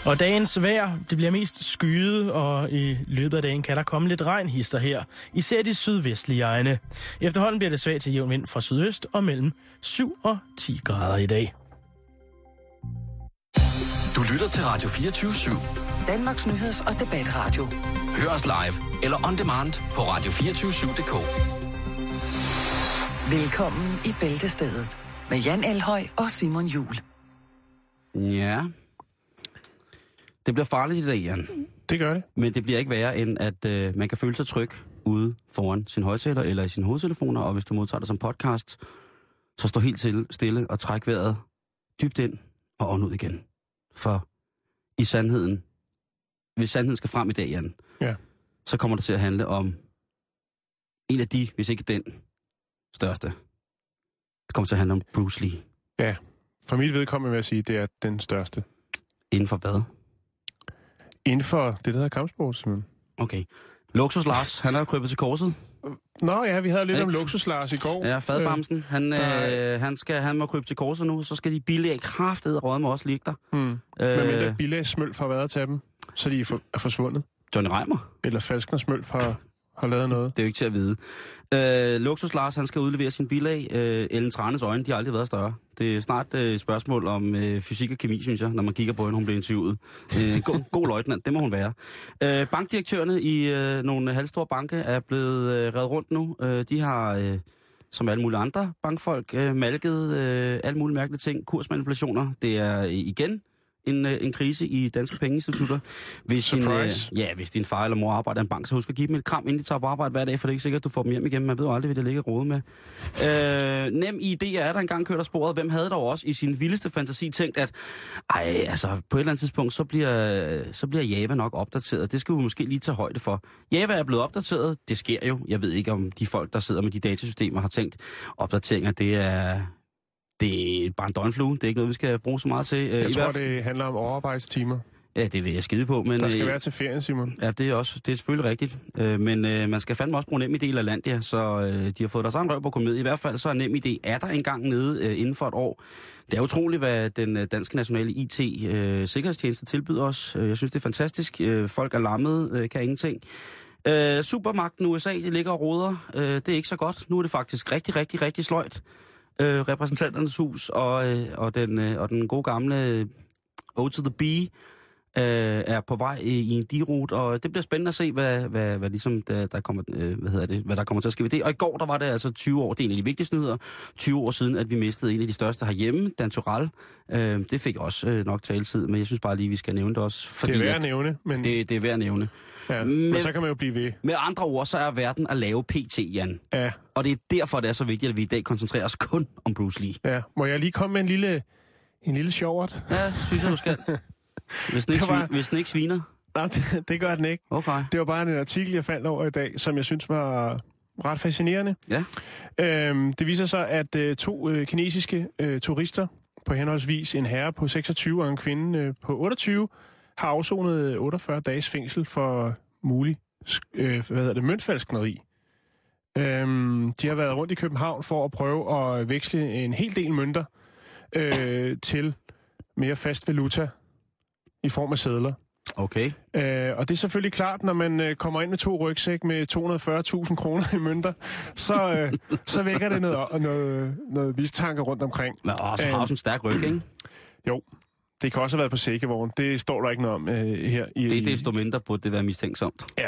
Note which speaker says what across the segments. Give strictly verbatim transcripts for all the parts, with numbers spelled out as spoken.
Speaker 1: Og dagens vejr, det bliver mest skyet, og i løbet af dagen kan der komme lidt regnhister her, især de sydvestlige egne. Efterhånden bliver det svagt til jævn vind fra sydøst og mellem syv og ti grader i dag.
Speaker 2: Du lytter til Radio fireogtyve syv.
Speaker 3: Danmarks nyheds- og debatradio.
Speaker 2: Hør os live eller on demand på radio to fire syv punktum d k.
Speaker 3: Velkommen i Bæltestedet med Jan Elhøj og Simon Juhl.
Speaker 4: Ja, det bliver farligt i dag, Jan.
Speaker 5: Det gør det.
Speaker 4: Men det bliver ikke værre, end at øh, man kan føle sig tryg ude foran sin højttaler eller i sine hovedtelefoner, og hvis du modtager det som podcast, så stå helt til, stille og træk vejret dybt ind og ånd ud igen. For i sandheden, hvis sandheden skal frem i dag, Jan,
Speaker 5: ja.
Speaker 4: så kommer det til at handle om en af de, hvis ikke den største. Det kommer til at handle om Bruce Lee.
Speaker 5: Ja, for mit vedkommende vil jeg sige, at det er den største.
Speaker 4: Inden for hvad?
Speaker 5: Inden for det, der hedder kampsport, simpelthen.
Speaker 4: Okay. Luksus Lars, han er jo krybet til korset.
Speaker 5: Nå ja, vi havde lidt
Speaker 4: Ikke?
Speaker 5: om Luksus Lars i går.
Speaker 4: Ja, fadbamsen. Han,
Speaker 5: der...
Speaker 4: øh, han, skal, han må krybe til korset nu, så skal de bilag kraftedet røde med også ligge der.
Speaker 5: Hmm. Øh... Men mindre bilag smøl fra hvad til dem, så de er, for, er forsvundet.
Speaker 4: Johnny Reimer?
Speaker 5: Eller Falskner smøl fra har lavet noget.
Speaker 4: Det er jo ikke til at vide. Øh, Luksus Lars, han skal udlevere sin bilag. Øh, Ellen Tranes øjne, de har aldrig været større. Det er snart øh, et spørgsmål om øh, fysik og kemi, synes jeg, når man kigger på hende, hun bliver interviewet. Øh, god, god løjtnant, det må hun være. Øh, bankdirektørerne i øh, nogle halvstore banke er blevet øh, reddet rundt nu. Øh, de har, øh, som alle mulige andre bankfolk, øh, malket øh, alle mulige mærkelige ting. Kursmanipulationer, det er øh, igen En, en krise i danske pengeinstitutter. Hvis din, øh, ja, hvis din far eller mor arbejder i en bank, så husk at give dem et kram, inden de tager på arbejde hver dag, for det er ikke sikkert, at du får dem hjem igen. Man ved jo aldrig, hvad det ligger råde med. Øh, Nem I D er der engang kørt af sporet. Hvem havde dog også i sin vildeste fantasi tænkt, at ej, altså, på et eller andet tidspunkt, så bliver, så bliver Java nok opdateret. Det skal vi måske lige tage højde for. Java er blevet opdateret. Det sker jo. Jeg ved ikke, om de folk, der sidder med de datasystemer, har tænkt, opdateringer, det er... Det er bare en døgnflue. Det er ikke noget, vi skal bruge så meget til.
Speaker 5: Jeg
Speaker 4: I
Speaker 5: tror,
Speaker 4: hvert...
Speaker 5: det handler om overarbejdstimer.
Speaker 4: Ja, det vil jeg skide på. Men,
Speaker 5: der skal
Speaker 4: øh,
Speaker 5: være til ferien, Simon.
Speaker 4: Ja, det er, også, det er selvfølgelig rigtigt. Øh, men øh, man skal fandme også bruge NemID eller Landia, så øh, de har fået deres egen røv på at komme med. I hvert fald så er NemID er der engang nede øh, inden for et år. Det er utroligt, hvad den øh, danske nationale I T-sikkerhedstjeneste øh, tilbyder os. Jeg synes, det er fantastisk. Øh, folk er lammet, øh, kan ingenting. Øh, supermagten U S A, de ligger og roder. Øh, det er ikke så godt. Nu er det faktisk rigtig, rigtig, rigtig sløjt. Øh, repræsentanternes hus og, øh, og, den, øh, og den gode gamle O to the B øh, er på vej i, i en dirute, og det bliver spændende at se, hvad, hvad, hvad, ligesom der, der kommer, øh, hvad, hedder det, hvad der kommer til at ske ved det. Og i går, der var det altså tyve år, det er en af de vigtigste nyheder, tyve år siden, at vi mistede en af de største herhjemme, Dan Turèll. Øh, det fik også øh, nok taletid, men jeg synes bare lige, vi skal nævne det også. Fordi
Speaker 5: det er værd at nævne. Men...
Speaker 4: Det, det er værd at nævne.
Speaker 5: Ja, med, men så kan man jo blive ved.
Speaker 4: Med andre ord, så er verden at lave P T, Jan.
Speaker 5: Ja.
Speaker 4: Og det er derfor, det er så vigtigt, at vi i dag koncentrerer os kun om Bruce Lee.
Speaker 5: Ja, må jeg lige komme med en lille, en lille sjovert?
Speaker 4: Ja, synes jeg, du skal. Hvis den ikke, var... hvis den ikke sviner.
Speaker 5: Nej, det, det gør den ikke.
Speaker 4: Okay.
Speaker 5: Det var bare en artikel, jeg faldt over i dag, som jeg synes var ret fascinerende.
Speaker 4: Ja.
Speaker 5: Øhm, det viser sig, at øh, to øh, kinesiske øh, turister, på henholdsvis en herre på seksogtyve og en kvinde øh, på otteogtyve, har afsonet otteogfyrre dages fængsel for mulig øh, hvad hedder det, møntfalskneri. Øhm, de har været rundt i København for at prøve at veksle en hel del mønter øh, til mere fast valuta i form af sedler.
Speaker 4: Okay.
Speaker 5: Øh, og det er selvfølgelig klart, når man øh, kommer ind med to rygsæk med to hundrede og fyrre tusind kroner i mønter, så, øh, så vækker det noget, noget, noget mistanke rundt omkring.
Speaker 4: Men også har også en stærk ryg, ikke?
Speaker 5: Jo. Det kan også have været på sækkevogn. Det står der ikke noget om øh, her. I,
Speaker 4: det er desto mindre burde det være mistænksomt.
Speaker 5: Ja.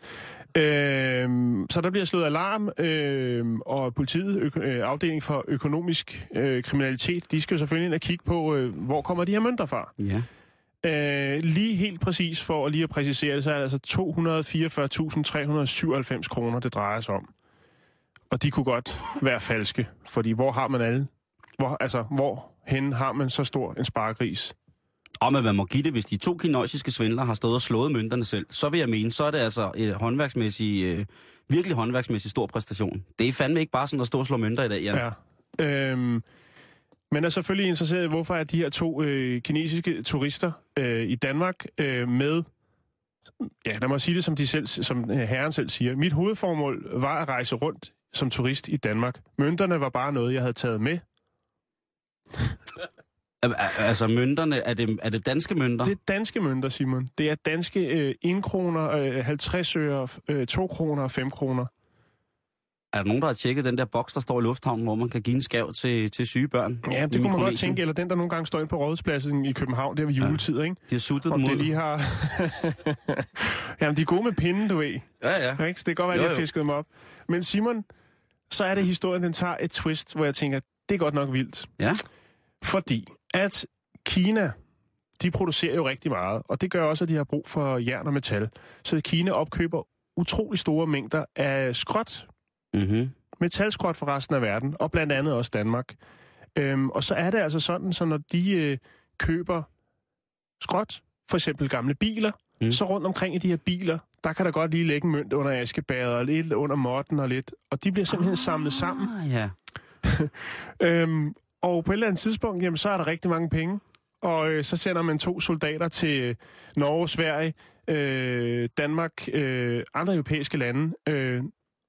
Speaker 5: Øh, så der bliver slået alarm, øh, og politiet, ø- øh, afdeling for økonomisk øh, kriminalitet, de skal jo selvfølgelig ind og kigge på, øh, hvor kommer de her mønter fra.
Speaker 4: Ja.
Speaker 5: Øh, lige helt præcis for at lige at præcisere det, så er det altså to hundrede og fireogfyrre tusind tre hundrede og syvoghalvfems kroner, det drejer sig om. Og de kunne godt være falske, fordi hvor har man alle? Hvor, altså, hvor hen har man så stor en sparegris?
Speaker 4: Og man må give det, hvis de to kinesiske svindlere har stået og slået mønterne selv, så vil jeg mene, så er det altså et håndværksmæssigt, øh, virkelig håndværksmæssigt stor præstation. Det er fandme ikke bare sådan at stå og slå mønter i dag, Jan.
Speaker 5: Ja. Øhm, men er selvfølgelig interesseret i, hvorfor er de her to øh, kinesiske turister øh, i Danmark øh, med, ja, lad mig sige det, som, de selv, som herren selv siger. Mit hovedformål var at rejse rundt som turist i Danmark. Mønterne var bare noget, jeg havde taget med.
Speaker 4: Altså mønterne, er det, er det danske mønter?
Speaker 5: Det er danske mønter, Simon. Det er danske øh, en kroner, øh, halvtreds øre, øh, to kroner og fem kroner.
Speaker 4: Er der nogen, der har tjekket den der boks, der står i lufthavnen, hvor man kan give en skav til, til syge børn?
Speaker 5: Ja, det kunne man godt tænke. Eller den, der nogle gange står inde på Rådhuspladsen i København, der ved juletid, ikke?
Speaker 4: De har suttet
Speaker 5: Om
Speaker 4: dem ud.
Speaker 5: det lige har... Jamen, de er gode med pinden, du ved.
Speaker 4: Ja, ja.
Speaker 5: Ikke? Så det kan godt være, at jeg fiskede dem op. Men Simon, så er det historien, den tager et twist, hvor jeg tænker, det er godt nok vildt.
Speaker 4: Ja.
Speaker 5: Fordi at Kina, de producerer jo rigtig meget, og det gør også, at de har brug for jern og metal. Så Kina opkøber utrolig store mængder af skrot,
Speaker 4: Mm-hmm.
Speaker 5: metalskrot for resten af verden, og blandt andet også Danmark. Øhm, og så er det altså sådan, så når de øh, køber skrot, for eksempel gamle biler, mm. så rundt omkring i de her biler, der kan der godt lige lægge en mønt under askebæret, og lidt under måtten og lidt, og de bliver simpelthen ah, samlet sammen.
Speaker 4: Ja.
Speaker 5: øhm, og på et eller andet tidspunkt, jamen, så er der rigtig mange penge, og øh, så sender man to soldater til øh, Norge, Sverige, øh, Danmark, øh, andre europæiske lande, øh,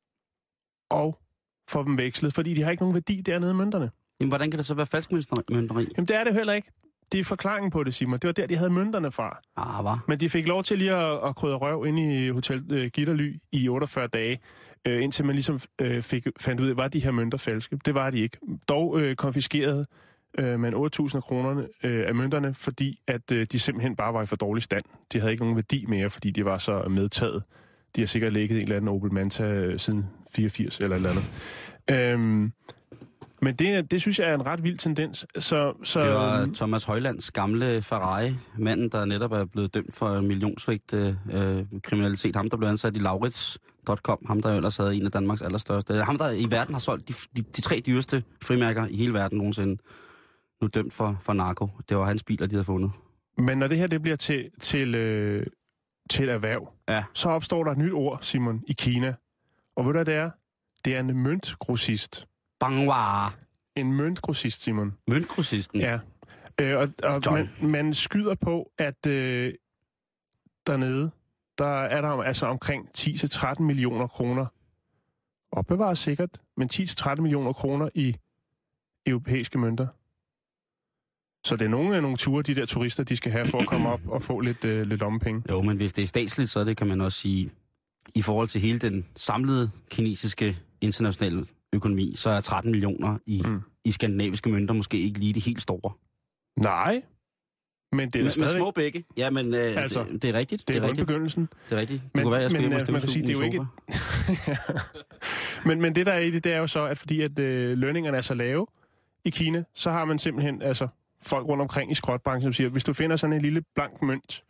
Speaker 5: og får dem vekslet, fordi de har ikke nogen værdi dernede i mønterne.
Speaker 4: Jamen, hvordan kan det så være falsk mønteri?
Speaker 5: Jamen, det er det heller ikke. Det er forklaringen på det, Simon. Det var der, de havde mønterne fra.
Speaker 4: Ah, hvad?
Speaker 5: Men de fik lov til lige at, at krydre røv ind i Hotel øh, Gitterly i otteogfyrre dage, øh, indtil man ligesom øh, fik, fandt ud af, var de her mønter falske. Det var de ikke. Dog øh, konfiskerede øh, man otte tusind kroner øh, af mønterne, fordi at øh, de simpelthen bare var i for dårlig stand. De havde ikke nogen værdi mere, fordi de var så medtaget. De har sikkert ligget en eller anden Opel Manta siden fireogfirs eller et eller andet. Øhm, men det, det synes jeg er en ret vild tendens. Så, så,
Speaker 4: det var Thomas Højlands gamle Ferrari, manden, der netop er blevet dømt for millionsvigt øh, kriminalitet. Ham, der blev ansat i Laurits punktum com. Ham, der ellers havde en af Danmarks allerstørste. Ham, der i verden har solgt de, de, de tre dyreste frimærker i hele verden nogensinde. Nu dømt for, for narko. Det var hans biler, de havde fundet.
Speaker 5: Men når det her det bliver til... til øh til erhverv,
Speaker 4: ja.
Speaker 5: så opstår der et nyt ord, Simon, i Kina. Og ved du, hvad det er? Det er en møntgrossist.
Speaker 4: Bangwa.
Speaker 5: En møntgrossist, Simon.
Speaker 4: Møntgrossisten?
Speaker 5: Ja. Øh, og og man, man skyder på, at øh, dernede, der er der altså omkring ti til tretten millioner kroner. Opbevaret sikkert, men ti til tretten millioner kroner i europæiske mønter. Så det er nogle af nogle ture, de der turister, de skal have for at komme op og få lidt, øh, lidt lommepenge.
Speaker 4: Jo, men hvis det er statsligt, så det kan man også sige, i forhold til hele den samlede kinesiske internationale økonomi, så er tretten millioner i, mm. i skandinaviske mønter måske ikke lige det helt store.
Speaker 5: Nej, men det er
Speaker 4: med,
Speaker 5: stadig...
Speaker 4: med små begge. Ja, men øh,
Speaker 5: altså,
Speaker 4: det, det er rigtigt.
Speaker 5: Det er,
Speaker 4: det er rigtigt.
Speaker 5: begyndelsen.
Speaker 4: Det er rigtigt. Det
Speaker 5: men,
Speaker 4: kunne være, jeg skulle
Speaker 5: men,
Speaker 4: hjem og
Speaker 5: man kan sige, det er jo ikke... men, men det der er i det, det er jo så, at fordi at øh, lønningerne er så lave i Kina, så har man simpelthen altså folk rundt omkring i skrotbranchen, som siger, hvis du finder sådan en lille blank mønt...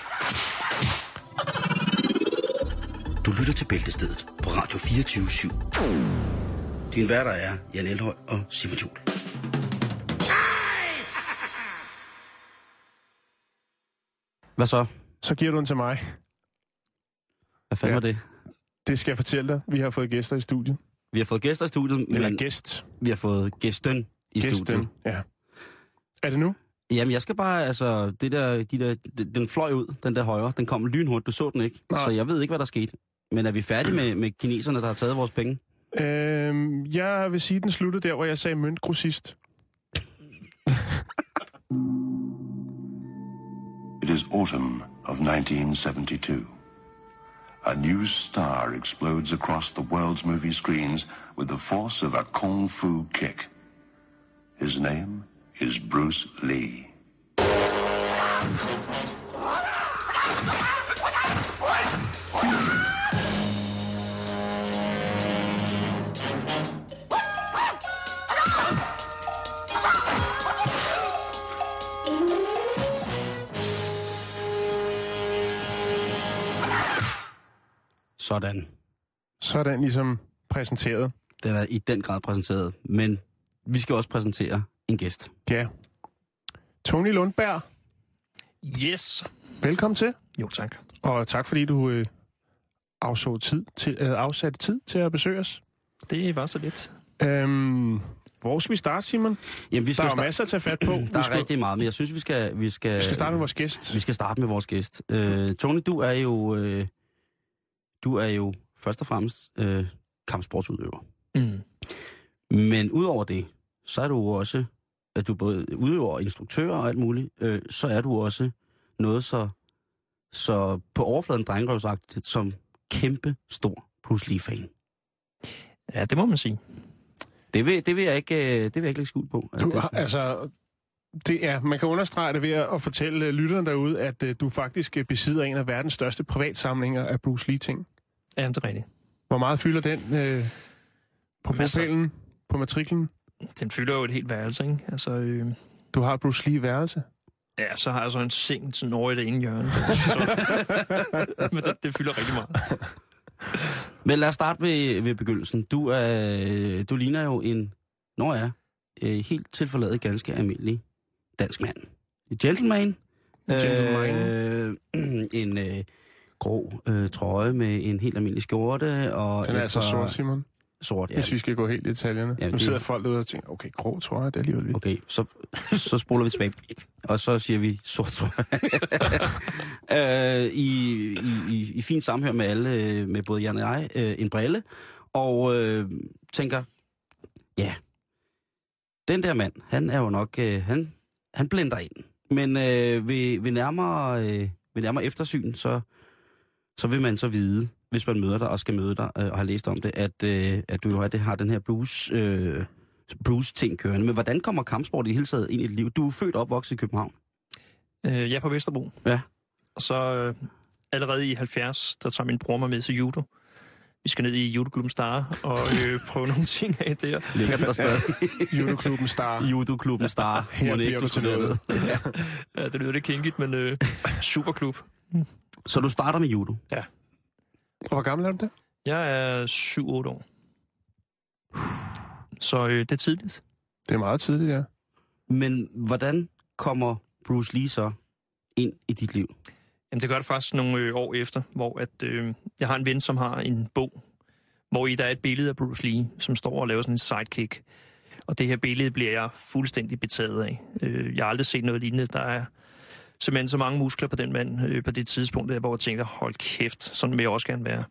Speaker 6: Du lytter til Bæltestedet på Radio fireogtyve syv. Din værter er Jan Elhøj og Simon Juhl.
Speaker 4: Hvad så?
Speaker 5: Så giver du den til mig.
Speaker 4: Hvad fanden ja. var det?
Speaker 5: Det skal jeg fortælle dig. Vi har fået gæster i studiet.
Speaker 4: Vi har fået gæster i studiet.
Speaker 5: Eller
Speaker 4: men
Speaker 5: gæst.
Speaker 4: Vi har fået gæsten i
Speaker 5: gæsten,
Speaker 4: studiet.
Speaker 5: Ja. Er det nu?
Speaker 4: Jamen, jeg skal bare, altså, det der, de der, den fløj ud, den der højre, den kom lynhurtigt, du så den ikke. Nej. Så jeg ved ikke, hvad der skete. Men er vi færdige med, med kineserne, der har taget vores penge?
Speaker 5: Øhm, jeg vil sige, den sluttede der, hvor jeg sagde møntgrossist.
Speaker 7: It is autumn of nineteen seventy-two. A new star explodes across the world's movie screens with the force of a kung fu kick. His name is Bruce Lee.
Speaker 4: Sådan.
Speaker 5: Sådan ligesom præsenteret.
Speaker 4: Den er i den grad præsenteret, men vi skal også præsentere en gæst.
Speaker 5: Ja. Tony Lundberg.
Speaker 1: Yes.
Speaker 5: Velkommen til.
Speaker 1: Jo, tak.
Speaker 5: Og tak fordi du øh, afså tid til, øh, afsatte tid til at besøge os.
Speaker 1: Det var så lidt.
Speaker 5: Øhm, hvor skal vi starte, Simon?
Speaker 4: Jamen, vi skal
Speaker 5: der er
Speaker 4: starte...
Speaker 5: masser at tage fat på.
Speaker 4: Der er skal... rigtig meget, men jeg synes, vi skal... Vi skal,
Speaker 5: vi skal starte med vores gæst.
Speaker 4: Vi skal starte med vores gæst. Øh, Tony, du er jo... Øh, du er jo først og fremmest øh, kampsportsudøver.
Speaker 1: Mm.
Speaker 4: Men udover det, så er du også at du er både udøver og instruktør og alt muligt, øh, så er du også noget så, så på overfladen drengerøvsagtigt som kæmpe stor Bruce Lee-fan.
Speaker 8: Ja, det må man sige.
Speaker 4: Det vil, det vil jeg ikke, det vil jeg ikke lægge skuld på.
Speaker 5: Du,
Speaker 4: det,
Speaker 5: altså, det er, man kan understrege det ved at fortælle lytterne derude, at uh, du faktisk besidder en af verdens største privatsamlinger af Bruce Lee-ting.
Speaker 8: Ja, det er rigtigt.
Speaker 5: Hvor meget fylder den øh, på bopælen, på matriklen?
Speaker 8: Den fylder jo et helt værelse, ikke? Altså, øh...
Speaker 5: Du har Bruce Lee-værelse?
Speaker 8: Ja, så har jeg så en seng sådan over i det ene hjørne. Så... Men det, det fylder rigtig meget.
Speaker 4: Men lad os starte ved, ved begyndelsen. Du, er, du ligner jo en, når jeg er, helt tilforladet ganske almindelig dansk mand. En gentleman.
Speaker 5: Gentleman.
Speaker 4: Øh, en øh, grå øh, trøje med en helt almindelig skjorte. Og
Speaker 5: den er altså
Speaker 4: par...
Speaker 5: sort, Simon.
Speaker 4: Sort, ja.
Speaker 5: Hvis vi skal gå helt i detaljerne.
Speaker 4: Ja,
Speaker 5: nu
Speaker 4: det...
Speaker 5: sidder folk derude og tænker, okay, grå trøje, det er alligevel vildt.
Speaker 4: Okay, så, så spoler vi tilbage. Og så siger vi sort trøje. øh, i, i, I fint sammenhør med alle, med både Jan og jeg, øh, en brille. Og øh, tænker, ja, den der mand, han er jo nok, øh, han, han blender ind. Men øh, ved, ved, nærmere, øh, ved nærmere eftersyn, så, så vil man så vide, hvis man møder dig og skal møde dig øh, og har læst om det, at, øh, at du jo har, det, har den her blues, øh, blues-ting kørende. Men hvordan kommer kampsport i hele taget ind i dit liv? Du er født og opvokset i København.
Speaker 8: Øh, jeg er på Vesterbro.
Speaker 4: Ja.
Speaker 8: Og så øh, allerede i halvfjerds, der tager min bror mig med til judo. Vi skal ned i judoklubben Star og øh, prøve nogle ting af der.
Speaker 4: Ligger der stadig.
Speaker 5: Judoklubben Star.
Speaker 4: Judoklubben Star.
Speaker 5: Her bliver du til noget.
Speaker 8: Ja. Ja, det lyder lidt kinkigt, men øh, superklub.
Speaker 4: Så du starter med judo?
Speaker 8: Ja.
Speaker 5: Og hvor gammel er du det?
Speaker 8: Jeg er syv otte år. Så øh, det er tidligt.
Speaker 5: Det er meget tidligt, ja.
Speaker 4: Men hvordan kommer Bruce Lee så ind i dit liv?
Speaker 8: Jamen, det gør det faktisk nogle øh, år efter, hvor at, øh, jeg har en ven, som har en bog, hvor i der er et billede af Bruce Lee, som står og laver sådan en sidekick. Og det her billede bliver jeg fuldstændig betaget af. Øh, jeg har aldrig set noget lignende. Der er simpelthen så mange muskler på den mand øh, på det tidspunkt, der, hvor jeg tænker, hold kæft, sådan vil jeg også gerne være.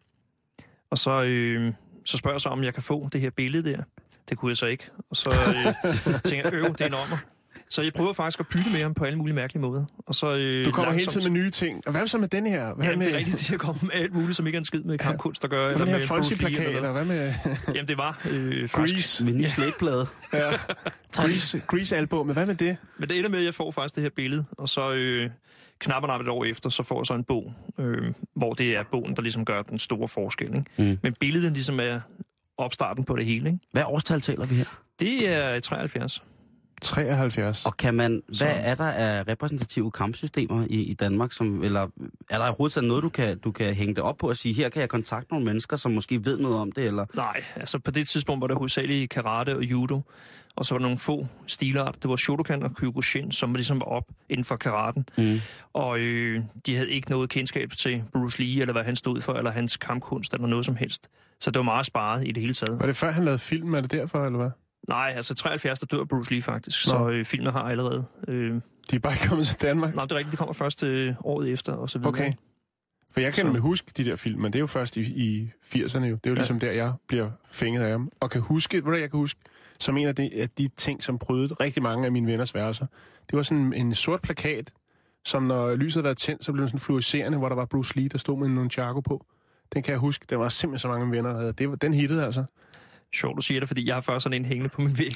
Speaker 8: Og så, øh, så spørger jeg så, om jeg kan få det her billede der. Det kunne jeg så ikke. Og så øh, tænker jeg, øv, det er en ommer. Så jeg prøver faktisk at bytte med ham på alle mulige mærkelige måder. Og så, øh,
Speaker 5: du kommer
Speaker 8: langsomt...
Speaker 5: hele tiden med nye ting. Og hvad så med den her? Hvad
Speaker 8: Jamen,
Speaker 5: med...
Speaker 8: det er rigtigt, det kommer med alt muligt, som ikke er en skid med kampkunst at gøre.
Speaker 5: Hvad med den her Fonzie-plakat, eller hvad med...
Speaker 8: Jamen, det var øh,
Speaker 5: Grease.
Speaker 4: Med en ny slætplade.
Speaker 5: Ja. Grease, Grease-album, hvad med det?
Speaker 8: Men det ender med, at jeg får faktisk det her billede, og så øh, knapper et år efter, så får jeg så en bog, øh, hvor det er bogen, der ligesom gør den store forskel. Ikke? Mm. Men billedet ligesom er opstarten på det hele. Ikke?
Speaker 4: Hvad årstal taler vi her?
Speaker 8: Det er treoghalvfjerds.
Speaker 5: treoghalvfjerds.
Speaker 4: Og kan man, hvad
Speaker 8: så.
Speaker 4: er der af repræsentative kampsystemer i, i Danmark, som, eller er der overhovedet noget, du kan, du kan hænge det op på og sige, her kan jeg kontakte nogle mennesker, som måske ved noget om det, eller?
Speaker 8: Nej, altså på det tidspunkt var der hovedsageligt karate og judo, og så var der nogle få stilart. Det var Shotokan og Kyokushin, som ligesom var op inden for karaten. Mm. Og øh, de havde ikke noget kendskab til Bruce Lee, eller hvad han stod for, eller hans kampkunst, eller noget som helst. Så det var meget sparet i det hele taget.
Speaker 5: Var det før han lavede film, er det derfor, eller hvad?
Speaker 8: Nej, altså treoghalvfjerds, der dør Bruce Lee faktisk, Nå. så øh, filmen har allerede... Øh...
Speaker 5: De er bare ikke kommet til Danmark?
Speaker 8: Nej, det er rigtigt, de kommer først øh, året efter, og så videre.
Speaker 5: Okay. For jeg kan nemlig huske de der film, men det er jo først i, i firserne jo. Det er jo ja. ligesom der, jeg bliver fænget af dem. Og kan huske, hvad jeg kan huske, som en af de, af de ting, som prøvede rigtig mange af mine venners værelser. Det var sådan en sort plakat, som når lyset havde været tændt, så blev den sådan fluorescerende, hvor der var Bruce Lee, der stod med en nunchaku på. Den kan jeg huske. Den var simpelthen så mange af mine venner, der havde. Det var, den hittede altså.
Speaker 8: Sjovt, du siger det, fordi jeg har først sådan en hængende på min væg.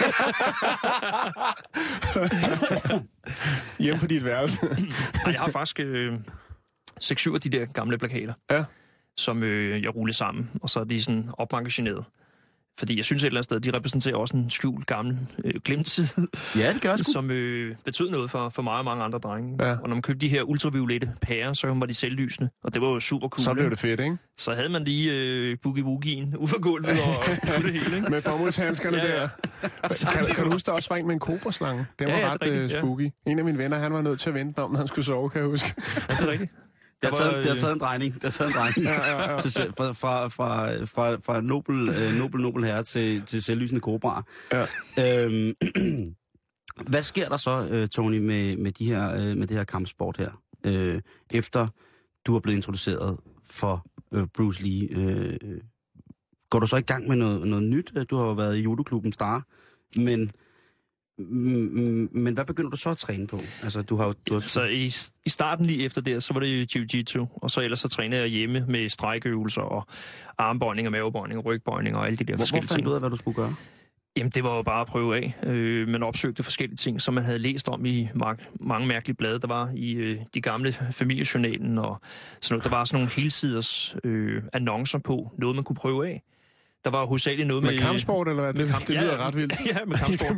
Speaker 5: Hjemme på dit værelse.
Speaker 8: Og jeg har faktisk øh, seks syv af de der gamle plakater,
Speaker 5: ja.
Speaker 8: som øh, jeg ruller sammen, og så er de sådan opmagasineret. Fordi jeg synes et eller andet sted, de repræsenterer også en skjult gammel øh, glemt tid.
Speaker 4: Ja, det gør sgu.
Speaker 8: Som øh, betød noget for, for mig og mange andre drenge.
Speaker 5: Ja.
Speaker 8: Og når man købte de her ultraviolette pærer, så var de selvlysende, og det var jo super cool.
Speaker 5: Så blev det fedt, ikke?
Speaker 8: Så havde man lige øh, boogie-woogien ude for gulvet og det hele, ikke?
Speaker 5: Med bomuldshandskerne
Speaker 8: ja, ja.
Speaker 5: der. Kan, kan du huske, der også var en med en kobraslange? Den var
Speaker 8: ja, ja,
Speaker 5: ret
Speaker 8: rigtigt,
Speaker 5: uh, spooky. Ja. En af mine venner, han var nødt til at vente om, når han skulle sove, kan jeg huske.
Speaker 8: Ja, det er rigtigt.
Speaker 4: Det har, taget, det har taget en drejning. Det har taget en drejning.
Speaker 5: ja, ja, ja.
Speaker 4: Til, fra, fra, fra, fra, fra nobel, øh, nobel, nobel herre til, til selvlysende kobraer.
Speaker 5: Ja.
Speaker 4: Øhm, hvad sker der så, øh, Tony, med, med, de her, øh, med det her kampsport her? Øh, efter du er blevet introduceret for øh, Bruce Lee. Øh, går du så i gang med noget, noget nyt? Du har jo været i judoklubben Star. Men Men hvad begynder du så at træne på? Altså, du har jo... Du har...
Speaker 8: Så i, i starten lige efter det, så var det jiu-jitsu, og så ellers så trænede jeg hjemme med strækøvelser og armbøjning og mavebøjning og rygbøjning og alle de der
Speaker 4: Hvor,
Speaker 8: forskellige
Speaker 4: hvor fandt
Speaker 8: ting.
Speaker 4: du ud af, hvad du skulle gøre?
Speaker 8: Jamen, det var jo bare at prøve af. Øh, man opsøgte forskellige ting, som man havde læst om i mange, mange mærkelige blade, der var i øh, de gamle familiejournalen og sådan noget. Der var sådan nogle helsiders øh, annoncer på noget, man kunne prøve af. Der var hovedsageligt noget med...
Speaker 5: Med kampsport, eller hvad? Det,
Speaker 8: kamp,
Speaker 5: det lyder
Speaker 8: ja,
Speaker 5: ret vildt.
Speaker 8: Ja, med kampsport.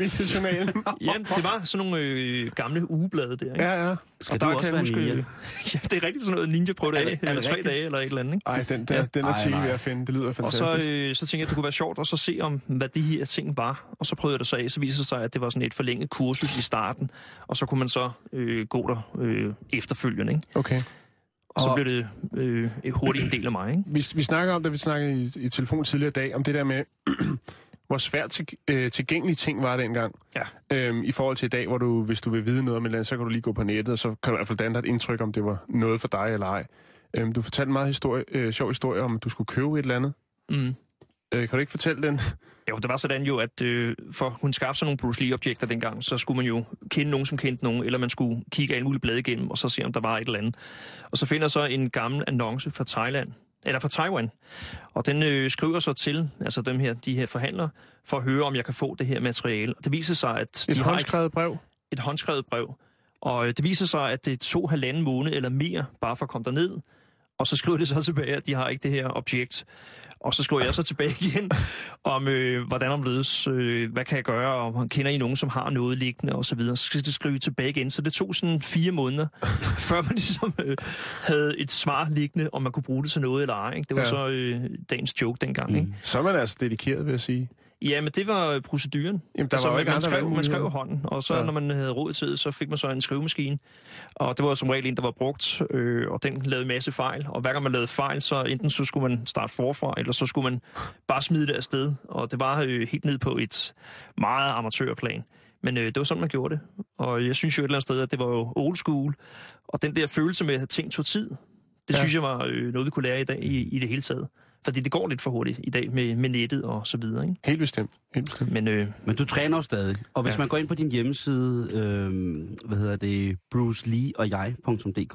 Speaker 5: Ja,
Speaker 8: det var sådan nogle øh, gamle ugeblade der, ikke?
Speaker 5: ja. ja.
Speaker 4: Skal
Speaker 8: og
Speaker 4: du
Speaker 8: der
Speaker 4: også
Speaker 8: kan
Speaker 4: være
Speaker 8: jeg huske,
Speaker 4: ninja?
Speaker 8: ja, det er rigtigt sådan noget ninja på det
Speaker 4: Er det-
Speaker 8: af,
Speaker 4: er
Speaker 8: øh,
Speaker 4: det
Speaker 8: tre
Speaker 4: rigtigt?
Speaker 8: dage eller et eller andet, ikke?
Speaker 5: Ej, den, der,
Speaker 8: Ja.
Speaker 5: den
Speaker 4: Ej,
Speaker 5: artikel
Speaker 4: nej.
Speaker 5: vil jeg finde. Det lyder
Speaker 8: Og
Speaker 5: fantastisk.
Speaker 8: så, øh, så tænkte jeg, at det kunne være sjovt, og så se om, hvad de her ting var. Og så prøvede jeg det så af, så viser det sig, at det var sådan et forlænget kursus i starten. Og så kunne man så øh, gå der øh, efterfølgende, ikke?
Speaker 5: Okay.
Speaker 8: Og så
Speaker 4: Og-
Speaker 8: blev det øh, hurtigt en del af mig, ikke?
Speaker 5: Vi, vi snakker om det, vi snakkede i, i telefon tidligere i dag, om det der med, hvor svært til, øh, tilgængelige ting var dengang.
Speaker 8: Ja.
Speaker 5: Øhm, I forhold til i dag, hvor du, hvis du vil vide noget om et eller andet, så kan du lige gå på nettet, og så kan du i hvert fald danne dig et indtryk, om det var noget for dig eller ej. Øhm, du fortalte en meget historie, øh, sjov historie om, at du skulle købe et eller andet.
Speaker 8: Mm.
Speaker 5: Øh, kan du ikke fortælle den?
Speaker 8: Jo, det var sådan jo, at øh, for at kunne skaffe sig nogle Bruce Lee-objekter dengang, så skulle man jo kende nogen, som kendte nogen, eller man skulle kigge alle mulige blade igennem, og så se, om der var et eller andet. Og så finder så en gammel annonce fra Thailand, eller fra Taiwan, og den øh, skriver så til, altså dem her, de her forhandlere, for at høre, om jeg kan få det her materiale. Og det viser sig, at
Speaker 5: Et
Speaker 8: de har
Speaker 5: håndskrevet brev?
Speaker 8: et håndskrevet brev, og øh, det viser sig, at det tog halvanden måned eller mere, bare for at komme derned. Og så skriver det så tilbage, at de har ikke det her objekt. Og så skriver jeg så tilbage igen, om øh, hvordan omledes, øh, hvad kan jeg gøre, og kender I nogen, som har noget liggende, og så videre. Så skal det skrive tilbage igen. Så det tog sådan fire måneder, før man ligesom øh, havde et svar liggende, om man kunne bruge det til noget eller ej. Ikke? Det var
Speaker 5: Ja.
Speaker 8: så øh, dagens joke dengang, ikke?
Speaker 5: Så er man altså dedikeret, vil jeg sige.
Speaker 8: Ja, men det var proceduren.
Speaker 5: Jamen, der var jo
Speaker 8: man,
Speaker 5: ikke
Speaker 8: man,
Speaker 5: andre
Speaker 8: skrev, man
Speaker 5: valgmuligheder.
Speaker 8: skrev hånden, og så
Speaker 5: Ja.
Speaker 8: ja. når man havde råd til det, så fik man så en skrivemaskine. Og det var som regel en, der var brugt, øh, og den lavede en masse fejl. Og hver gang man lavede fejl, så enten så skulle man starte forfra, eller så skulle man bare smide det afsted. Og det var øh, helt ned på et meget amatørplan. Men øh, det var sådan, man gjorde det. Og jeg synes jo et eller andet sted, at det var jo old school. Og den der følelse med, at ting tog tid, det
Speaker 5: Ja.
Speaker 8: ja. synes jeg var øh, noget, vi kunne lære i dag i, i det hele taget. Fordi det går lidt for hurtigt i dag med, med nettet og så videre, ikke?
Speaker 5: Helt bestemt. Helt bestemt.
Speaker 8: Men øh,
Speaker 4: Men du træner jo stadig. Og hvis
Speaker 8: Ja.
Speaker 4: man går ind på din hjemmeside, øh, hvad hedder det, bruce lee og jeg punktum d k.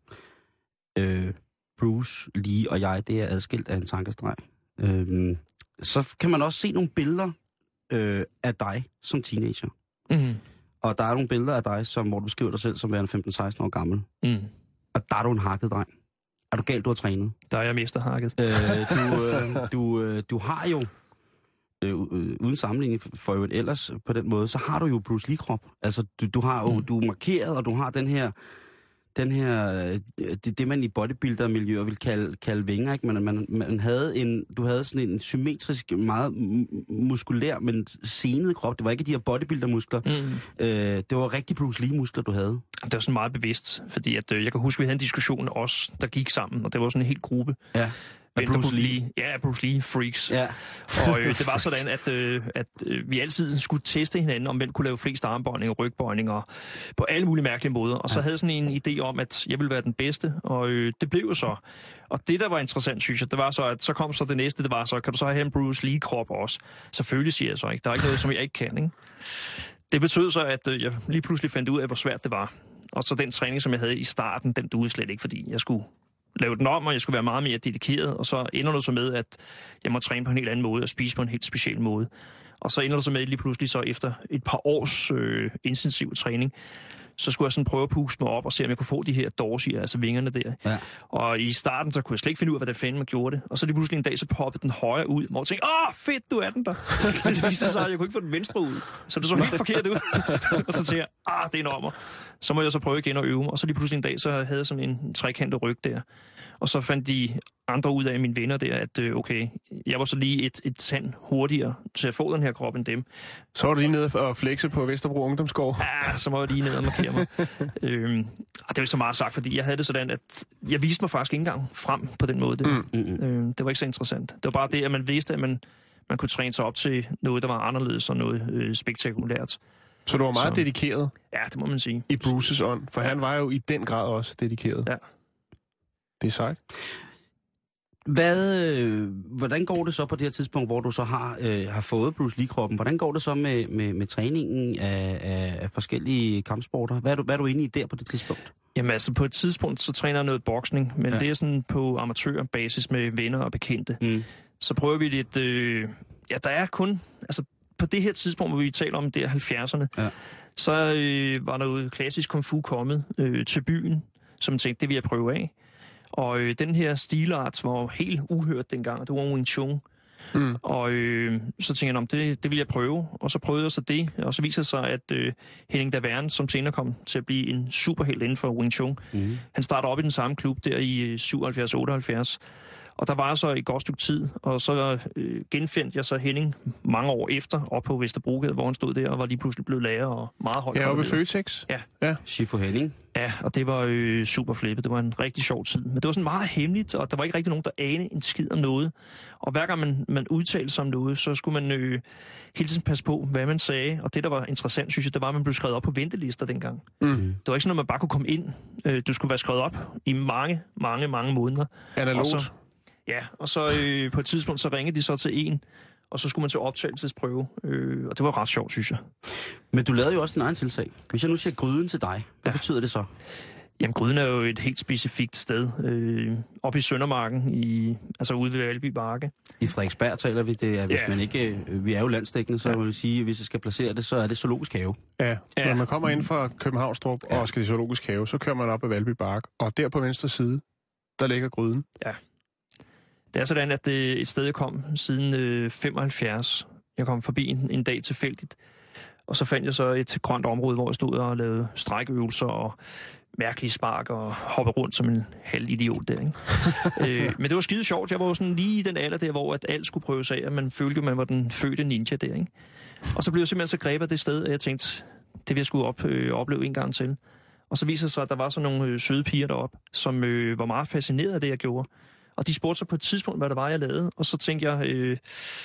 Speaker 4: Øh, Bruce Lee og jeg, det er adskilt af en tankestreg. Øh, så kan man også se nogle billeder øh, af dig som teenager.
Speaker 8: mm,
Speaker 4: Og der er nogle billeder af dig, som, hvor du beskriver dig selv som værende femten seksten år gammel.
Speaker 8: mm,
Speaker 4: Og der er du en hakket dreng. Er du galt, du har trænet?
Speaker 8: der er jeg mesterhakket.
Speaker 4: Øh, du, øh, du, øh, du har jo, øh, øh, uden sammenligning for øvrigt ellers på den måde, så har du jo Bruce Lee-krop. Altså, du, du har jo, mm. du er markeret, og du har den her, den her, øh, det, det man i bodybuilder-miljøer vil kalde, kalde vinger, ikke? Man, man, man havde en, du havde sådan en symmetrisk, meget m- muskulær, men senet krop. Det var ikke de her bodybuilder-muskler.
Speaker 8: Mm.
Speaker 4: Øh, det var rigtig Bruce Lee-muskler, du havde.
Speaker 8: Det var sådan meget bevidst, fordi at, øh, jeg kan huske, vi havde en diskussion os, der gik sammen, og det var sådan en hel gruppe.
Speaker 4: Ja.
Speaker 8: Med
Speaker 4: Bruce Lee.
Speaker 8: Ja, Bruce Lee freaks.
Speaker 4: Ja.
Speaker 8: Og øh, det var sådan, at, øh, at øh, vi altid skulle teste hinanden, om hvem kunne lave flest armbøjninger, rygbøjninger, på alle mulige mærkelige måder. Og så havde jeg sådan en idé om, at jeg ville være den bedste, og øh, det blev jo så. Og det, der var interessant, synes jeg, det var så, at så kom så det næste, det var så, kan du så have en Bruce Lee-krop også? Selvfølgelig siger jeg så ikke. Der er ikke noget, som jeg ikke kan, ikke? Det betød så, at øh, jeg lige pludselig fandt ud af, hvor svært det var. Og så den træning, som jeg havde i starten, den duede slet ikke, fordi jeg skulle lave den om, og jeg skulle være meget mere dedikeret, og så ender det så med, at jeg må træne på en helt anden måde, og spise på en helt speciel måde. Og så ender det så med, lige pludselig så efter et par års øh, intensiv træning, så skulle jeg sådan prøve at puste mig op og se, om jeg kunne få de her dorsier, altså vingerne der.
Speaker 4: Ja.
Speaker 8: Og i starten, så kunne jeg slet ikke finde ud af, hvad det fanden man gjorde det. Og så lige pludselig en dag, så poppede den højre ud, hvor jeg tænkte, åh, fedt, du er den der. Men det viste sig, at jeg kunne ikke få den venstre ud. Så det så helt forkert ud. Og så tænkte jeg, ah, det er en ommer. Så må jeg så prøve igen at øve mig. Og så lige pludselig en dag, så havde jeg sådan en trekantet ryg der. Og så fandt de andre ud af mine venner der, at øh, okay, jeg var så lige et, et tand hurtigere til at få den her krop end dem.
Speaker 5: Så var du lige nede og flexe på Vesterbro Ungdomsgård.
Speaker 8: Ja, så må jeg lige ned og markere mig. øhm, og det er jo så meget sagt, fordi jeg havde det sådan, at jeg viste mig faktisk ikke engang frem på den måde. Det,
Speaker 5: Mm.
Speaker 4: Mm-hmm.
Speaker 8: øhm, det var ikke så interessant. Det var bare det, at man vidste, at man, man kunne træne sig op til noget, der var anderledes og noget øh, spektakulært.
Speaker 5: Så du var meget
Speaker 8: Så-
Speaker 5: dedikeret
Speaker 8: Ja, det må man sige.
Speaker 5: i Bruces ånd, for han var jo i den grad også dedikeret.
Speaker 8: Ja.
Speaker 5: Det er sejt.
Speaker 4: Hvad, øh, hvordan går det så på det her tidspunkt, hvor du så har, øh, har fået Bruce Lee-kroppen? Hvordan går det så med, med, med træningen af, af, af forskellige kampsporter? Hvad er, du, hvad er du inde i der på det tidspunkt?
Speaker 8: Jamen altså, på et tidspunkt, så træner jeg noget boksning, men ja. det er sådan på amatørbasis med venner og bekendte. Mm. Så prøver vi lidt... Øh, ja, der er kun... Altså, på det her tidspunkt, hvor vi taler om det er halvfjerdserne, ja. så øh, var der jo klassisk kung fu kommet øh, til byen, som tænkte, det vil jeg prøve af. Og øh, den her stilart var helt uhørt dengang, det var Wing Chun. Mm. Og øh, så tænkte jeg, om det, det vil jeg prøve. Og så prøvede jeg så det, og så viser det sig, at øh, Henning Davern, som senere kom til at blive en superhelt inden for Wing Chun, mm. han startede op i den samme klub der i syvoghalvfjerds otteoghalvfjerds. Og der var jeg så et godt stykke tid, og så øh, genfandt jeg så Henning mange år efter, op på Vesterbrogade, hvor han stod der og var lige pludselig blevet lærer og meget højt.
Speaker 5: Ja, oppe ved Føtex.
Speaker 8: Ja.
Speaker 5: ja.
Speaker 4: Schifo Henning.
Speaker 8: Ja, og det var øh, super flippet. Det var en rigtig sjov tid. Men det var sådan meget hemmeligt, og der var ikke rigtig nogen, der anede en skid om noget. Og hver gang man, man udtalte sig om noget, så skulle man øh, hele tiden passe på, hvad man sagde. Og det, der var interessant, synes jeg, det var, at man blev skrevet op på ventelister dengang. Mm. Det var ikke sådan, at man bare kunne komme ind. Øh, du skulle være skrevet op i mange, mange, mange måneder.
Speaker 5: Analogt.
Speaker 8: Ja, og så øh, på et tidspunkt, så ringede de så til en, og så skulle man til optagelsesprøve, øh, og det var ret sjovt, synes jeg.
Speaker 4: Men du lavede jo også din egen tilsag. Hvis jeg nu siger Gryden til dig, hvad ja. betyder det så?
Speaker 8: Jamen, Gryden er jo et helt specifikt sted, øh, oppe i Søndermarken, i, altså ude ved Valby Bakke. I
Speaker 4: Frederiksberg taler vi, det er, hvis ja. man ikke, vi er jo landsdækkende, så ja. vil jeg sige, hvis jeg skal placere det, så er det Zoologisk Have.
Speaker 5: Ja, ja. Når man kommer ind fra Københavnstrup ja. og skal til Zoologisk Have, så kører man op ad Valby Bakke, og der på venstre side, der ligger Gryden.
Speaker 8: Ja. Det er sådan, at det er et sted, jeg kom siden øh, femoghalvfjerds. Jeg kom forbi en, en dag tilfældigt, og så fandt jeg så et grønt område, hvor jeg stod og lavede strækøvelser og mærkelige spark og hoppede rundt som en halv idiot der, ikke? øh, men det var skide sjovt. Jeg var jo sådan lige i den alder der, hvor at alt skulle prøves af, at man følte, at man var den fødte ninja der, ikke? Og så blev jeg simpelthen så grebet af det sted, at jeg tænkte, det vil jeg skulle op, øh, opleve en gang til. Og så viser det sig, at der var sådan nogle øh, søde piger deroppe, som øh, var meget fascineret af det, jeg gjorde. Og de spurgte så på et tidspunkt, hvad det var, jeg lavede. Og så tænkte jeg, øh,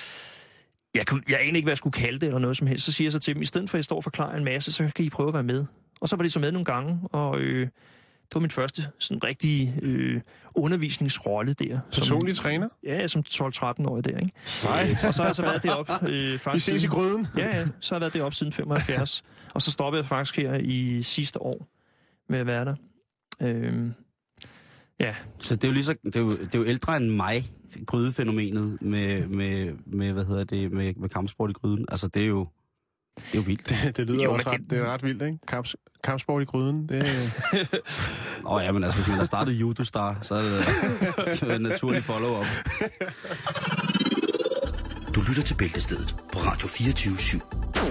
Speaker 8: jeg, kunne, jeg anede ikke, hvad jeg skulle kalde det eller noget som helst. Så siger jeg så til dem, i stedet for at jeg står og forklarer en masse, så kan I prøve at være med. Og så var de så med nogle gange, og øh, det var min første sådan rigtige øh, undervisningsrolle der.
Speaker 5: Personlig som, træner?
Speaker 8: Ja, som tolv-tretten-årig der, ikke? Nej. Og så har jeg så været deroppe øh, faktisk...
Speaker 5: Vi ses i Gryden?
Speaker 8: Ja, ja. Så har jeg været deroppe siden femoghalvfjerds. Og så stoppede jeg faktisk her i sidste år med at være der. Øh, Ja.
Speaker 4: Så det er jo lige så, det er jo, det er jo ældre end mig, grydefænomenet med, med, med, hvad hedder det, med, med kampsport i gryden. Altså, det er jo, det er jo vildt.
Speaker 5: Det, det lyder jo også ret, det er ret vildt, ikke? Kamp, kampsport i gryden, det er...
Speaker 4: Åh oh, ja, men altså, hvis man har startet Judostar, så er det, det er en naturlig follow-up.
Speaker 6: Du lytter til Bæltestedet på Radio fireogtyve syv.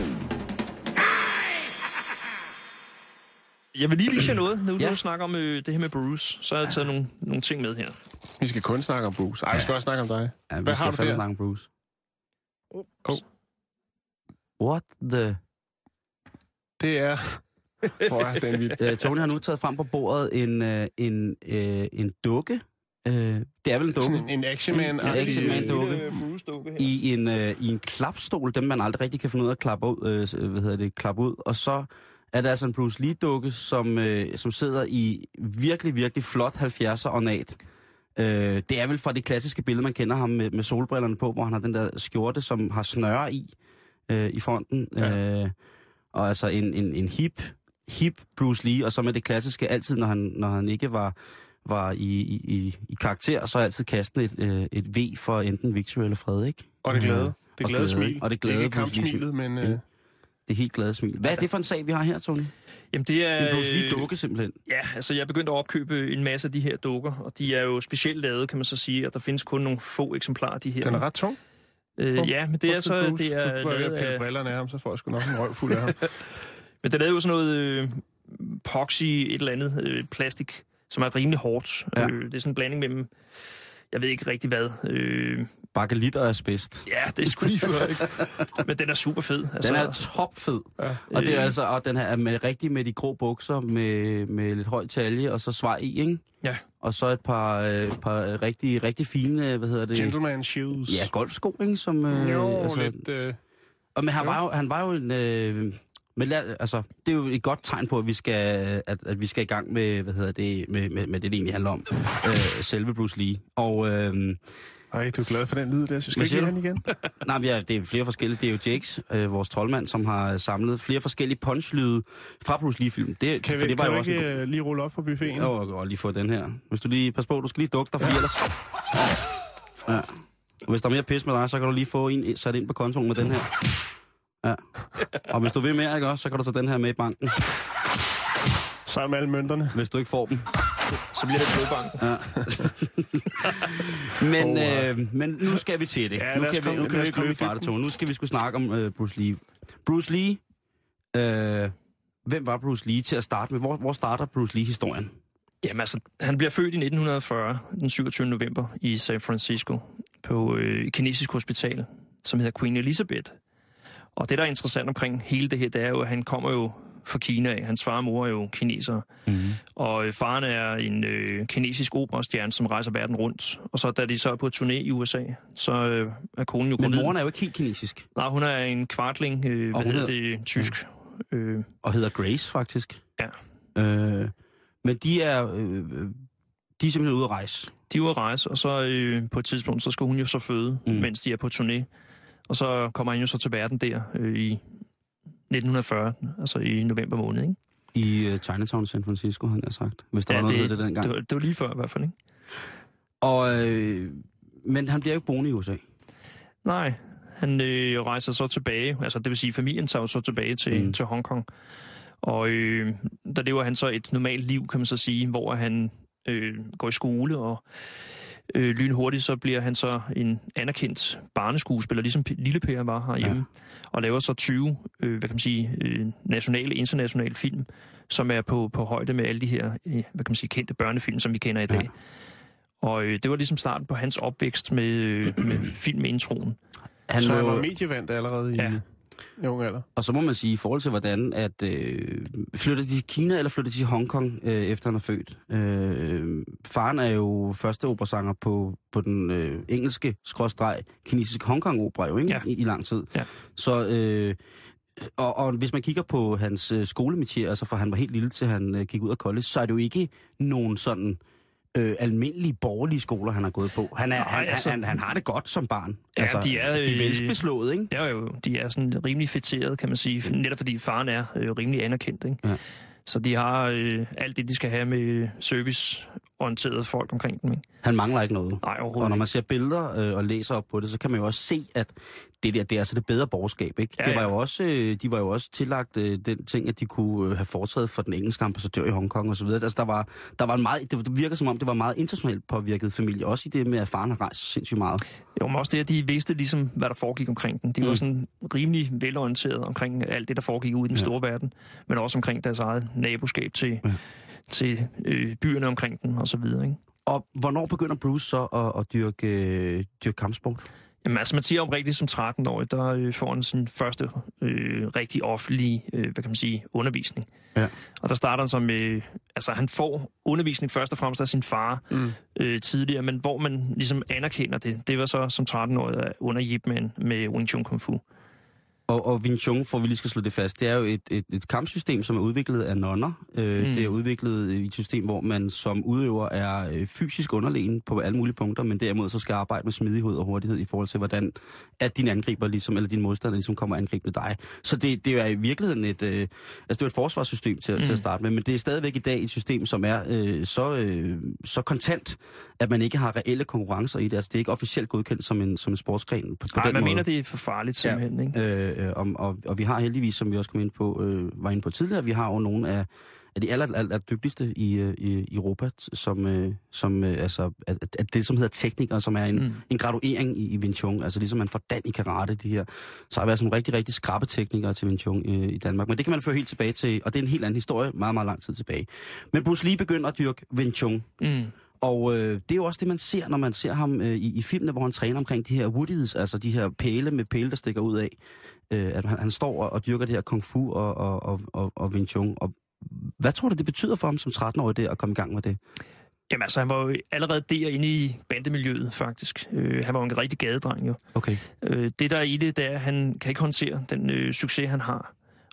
Speaker 8: Jeg vil lige vise jer noget, nu ja. du snakker om øh, det her med Bruce. Så har jeg taget nogle, nogle ting med her.
Speaker 5: Vi skal kun snakke om Bruce. Ej, vi skal også snakke om dig.
Speaker 4: Ja, hvad har du der? Snakke om Bruce.
Speaker 5: Oh. Oh.
Speaker 4: What the...
Speaker 5: Det er... Hvor er den vildt.
Speaker 4: uh, Tony har nu taget frem på bordet en, uh, en, uh, en dukke. Uh, det er vel en dukke?
Speaker 5: Sådan en actionman.
Speaker 4: En actionman-dukke. I en, uh, I en klapstol, dem man aldrig rigtig kan finde ud af at klappe ud. Uh, hvad hedder det? Klappe ud. Og så... er der altså en Bruce Lee-dukke, som, øh, som sidder i virkelig, virkelig flot halvfjerdser ornat. Øh, det er vel fra det klassiske billede, man kender ham med, med solbrillerne på, hvor han har den der skjorte, som har snøre i, øh, i fronten. Ja. Øh, og altså en, en, en hip, hip Bruce Lee, og så med det klassiske altid, når han, når han ikke var, var i, i, i karakter, så er altid kasten et, øh, et V for enten victory eller fred, ikke?
Speaker 5: Og det glade. Det glade, glade smil.
Speaker 4: Og det glade
Speaker 5: ikke kampsmilet, men... Øh...
Speaker 4: Det er helt glade smil. Hvad er det for en sag, vi har her, Tony?
Speaker 8: Jamen det er...
Speaker 4: En Bruce Lee-dukke, simpelthen.
Speaker 8: Ja, altså jeg er begyndt at opkøbe en masse af de her dukker, og de er jo specielt lavet, kan man så sige, og der findes kun nogle få eksemplarer af de her.
Speaker 5: Den er ret tung.
Speaker 8: Øh, ja, men det er så...
Speaker 5: Bruce.
Speaker 8: Det er
Speaker 5: du lavet af... pille brillerne af ham, så får jeg sgu nok en røv fuld af ham.
Speaker 8: Men det er jo sådan noget øh, epoxy, et eller andet øh, plastik, som er rimelig hårdt. Ja. Øh, det er sådan en blanding mellem... Jeg ved ikke rigtig hvad. Øh...
Speaker 4: Bakelit og asbest.
Speaker 8: Ja, det er sgu lige før, ikke? Men den er super fed.
Speaker 4: Altså... Den er topfed. Ja. Og det er altså, og den her er med, rigtig med de grå bukser, med, med lidt høj talje, og så svej i, ikke?
Speaker 8: Ja.
Speaker 4: Og så et par, øh, par rigtig, rigtig fine, hvad hedder det?
Speaker 5: Gentleman shoes.
Speaker 4: Ja, golfsko, ikke? Som, øh,
Speaker 5: jo, altså... lidt... Øh...
Speaker 4: Og, men han var, jo, han var jo en... Øh, Men lad, altså, det er jo et godt tegn på, at vi skal, at, at vi skal i gang med, hvad hedder det, med, med, med det, det egentlig handler om. Øh, selve Bruce Lee. Og... Øh,
Speaker 5: Ej, du er glad for den lyd der, så skal ikke han igen?
Speaker 4: Nej, vi er, det er flere forskellige. Det er jo Jakes, øh, vores troldmand, som har samlet flere forskellige punchlyde fra Bruce Lee-film. Det,
Speaker 5: kan vi,
Speaker 4: for det var
Speaker 5: kan
Speaker 4: jo
Speaker 5: vi
Speaker 4: også
Speaker 5: ikke
Speaker 4: en...
Speaker 5: lige rulle op for buffeten?
Speaker 4: Jo, og, og lige få den her. Hvis du lige... Pas på, du skal lige dukke dig, for ellers... Ja. Og hvis der er mere pis med dig, så kan du lige få en sat ind på kontoen med den her. Ja. Og hvis du vil mere, ikke også, så kan du tage den her med i banken.
Speaker 5: Sammen med alle mønterne.
Speaker 4: Hvis du ikke får dem.
Speaker 8: Så bliver det blodbanken.
Speaker 4: Ja. men, oh, øh, men nu skal vi til det.
Speaker 5: Ja,
Speaker 4: nu kan
Speaker 5: komme,
Speaker 4: vi, nu kan vi ikke løbe fra det, Tone. Nu skal vi sgu snakke om øh, Bruce Lee. Bruce Lee, øh, hvem var Bruce Lee til at starte med? Hvor, hvor starter Bruce Lee-historien?
Speaker 8: Jamen altså, han bliver født i nitten fyrre, den syvogtyvende november, i San Francisco, på øh, et kinesisk hospital, som hedder Queen Elizabeth. Og det, der er interessant omkring hele det her, det er jo, at han kommer jo fra Kina af. Hans far og mor er jo kinesere. Mm-hmm. Og øh, faren er en øh, kinesisk operastjerne, som rejser verden rundt. Og så da de så er på turné i U S A, så øh, er konen jo...
Speaker 4: Men moren er jo ikke helt kinesisk.
Speaker 8: Nej, hun er en kvartling, øh, hvad hedder det, tysk. Ja. Øh,
Speaker 4: og hedder Grace, faktisk.
Speaker 8: Ja.
Speaker 4: Øh, men de er, øh, de er simpelthen ude at rejse.
Speaker 8: De er ude at rejse, og så øh, på et tidspunkt, så skal hun jo så føde, mm. mens de er på turné. Og så kommer han jo så til verden der øh, i nitten fyrre, altså i november måned, ikke?
Speaker 4: I uh, Chinatown, San Francisco, han har sagt. Hvis der
Speaker 8: ja,
Speaker 4: var noget
Speaker 8: det,
Speaker 4: det dengang.
Speaker 8: Det var, det var lige før i hvert fald, ikke?
Speaker 4: Og, øh, men han bliver jo ikke boende i U S A.
Speaker 8: Nej, han øh, rejser så tilbage, altså det vil sige, familien tager jo så tilbage til, mm. til Hongkong. Og øh, der lever han så et normalt liv, kan man så sige, hvor han øh, går i skole, og øh, lynhurtigt så bliver han så en anerkendt barneskuespiller, ligesom Lille Per var herhjemme, ja. Og laver så tyve, øh, hvad kan man sige, øh, nationale, internationale film, som er på, på højde med alle de her, øh, hvad kan man sige, kendte børnefilm, som vi kender i dag. Ja. Og øh, det var ligesom starten på hans opvækst med, øh, med filmintroen.
Speaker 5: Han så han var medievandt allerede i...
Speaker 8: Ja.
Speaker 5: Jo, eller.
Speaker 4: Og så må man sige, i forhold til hvordan, at øh, flytter de til Kina, eller flytter de til Hongkong, øh, efter han er født? Øh, faren er jo første operasanger på, på den øh, engelske, skråstreg, kinesiske Hongkong-opera, jo ikke? Ja. I, I lang tid.
Speaker 8: Ja.
Speaker 4: Så, øh, og, og hvis man kigger på hans øh, skolemetier, altså fra han var helt lille til han øh, gik ud af college, så er det jo ikke nogen sådan... Øh, almindelige borgerlige skoler, han har gået på. Han, er, Nej, han, altså, han, han har det godt som barn.
Speaker 8: Ja, altså, de er,
Speaker 4: de er velbeslået, ikke?
Speaker 8: Ja, jo. De er sådan rimelig fætteret, kan man sige. Netop fordi faren er øh, rimelig anerkendt, ikke? Ja. Så de har øh, alt det, de skal have med serviceorienterede folk omkring dem, ikke?
Speaker 4: Han mangler ikke noget.
Speaker 8: Nej, overhovedet
Speaker 4: Og når man ser billeder øh, og læser op på det, så kan man jo også se, at det der, det er altså det bedre borgerskab, ikke? Ja, det var jo også, øh, de var jo også tillagt øh, den ting, at de kunne øh, have foretaget for den engelske ambassadør i Hongkong og så videre. Altså, der var, der var en meget, det virker som om, det var meget internationalt påvirket familie, også i det med, at faren har rejst sindssygt meget.
Speaker 8: Jo, men også det, at de vidste ligesom, hvad der foregik omkring den. De mm. var sådan rimelig velorienteret omkring alt det, der foregik ude i den ja. store verden, men også omkring deres eget naboskab til, ja. til øh, byerne omkring den og så videre, ikke?
Speaker 4: Og hvornår begynder Bruce så at, at dyrke, øh, dyrke kampsport?
Speaker 8: Jamen altså, man siger om rigtigt som tretten-årig, der øh, får han sin første øh, rigtig offentlige, øh, hvad kan man sige, undervisning. Ja. Og der starter han så med, altså han får undervisning først og fremmest af sin far mm. øh, tidligere, men hvor man ligesom anerkender det, det var så som tretten-årig under Yip Man med Wing Chun Kung Fu.
Speaker 4: Og, og Wing Chun, for vi lige skal slå det fast, det er jo et, et, et kampsystem, som er udviklet af nonner. Øh, mm. Det er udviklet i et system, hvor man som udøver er øh, fysisk underlegen på alle mulige punkter, men derimod så skal arbejde med smidighed og hurtighed i forhold til, hvordan at din angriber ligesom, eller din modstander ligesom kommer at angribe dig. Så det, det er i virkeligheden et, øh, altså det er et forsvarssystem til, mm. til at starte med, men det er stadigvæk i dag et system, som er øh, så, øh, så kontant, at man ikke har reelle konkurrencer i det. Altså det er ikke officielt godkendt som en, som en sportsgren på, på
Speaker 8: Ej,
Speaker 4: den
Speaker 8: man
Speaker 4: måde. mener,
Speaker 8: det er for farligt simpelthen,
Speaker 4: ja. ikke? Øh, Og, og, og vi har heldigvis, som vi også kom ind på, øh, var inde på tidligere, vi har jo nogle af, af de aller, aller, aller dygtigste i, i, i Europa, som, øh, som øh, altså, at, at det, som hedder teknikere, som er en, mm. en graduering i, i Wing Chun, altså ligesom man får dan i karate, de her, så har vi altså nogle rigtig, rigtig skrappe teknikere til Wing Chun øh, i Danmark. Men det kan man føre helt tilbage til, og det er en helt anden historie, meget, meget lang tid tilbage. Men Bruce Lee begynder at dyrke Wing Chun. Mm. Og øh, det er jo også det, man ser, når man ser ham øh, i, i filmene, hvor han træner omkring de her woodies, altså de her pæle med pæle, der stikker ud af. Øh, at han, han står og, og dyrker det her kung fu og, og, og, og, og Wing Chun. Og hvad tror du, det betyder for ham som tretten-årig der at komme i gang med det?
Speaker 8: Jamen altså, han var jo allerede derinde i bandemiljøet, faktisk. Øh, han var jo en rigtig gadedreng, jo.
Speaker 4: Okay.
Speaker 8: Øh, det, der er i det, det er, at han kan ikke håndtere den øh, succes, han har.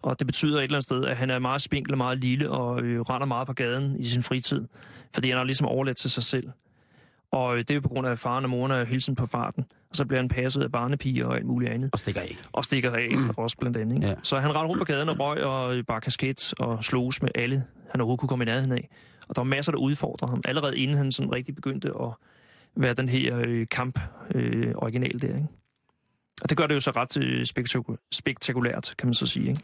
Speaker 8: Og det betyder et eller andet sted, at han er meget spinkel og meget lille og øh, render meget på gaden i sin fritid. Fordi han er ligesom overladt til sig selv. Og øh, det er jo på grund af, at faren og moren er hele tiden på farten. Og så bliver han passet af barnepiger og alt muligt andet.
Speaker 4: Og stikker af.
Speaker 8: Og stikker af, mm. også blandt andet. Ikke?
Speaker 4: Ja.
Speaker 8: Så han rendte rundt på gaden og røg og bare kasket og slogs med alle, han overhovedet kunne komme i nærheden af. Og der var masser, der udfordrer ham. Allerede inden han sådan rigtig begyndte at være den her øh, kamp-original øh, der, ikke? Og det gør det jo så ret øh, spektak- spektakulært, kan man så sige, ikke?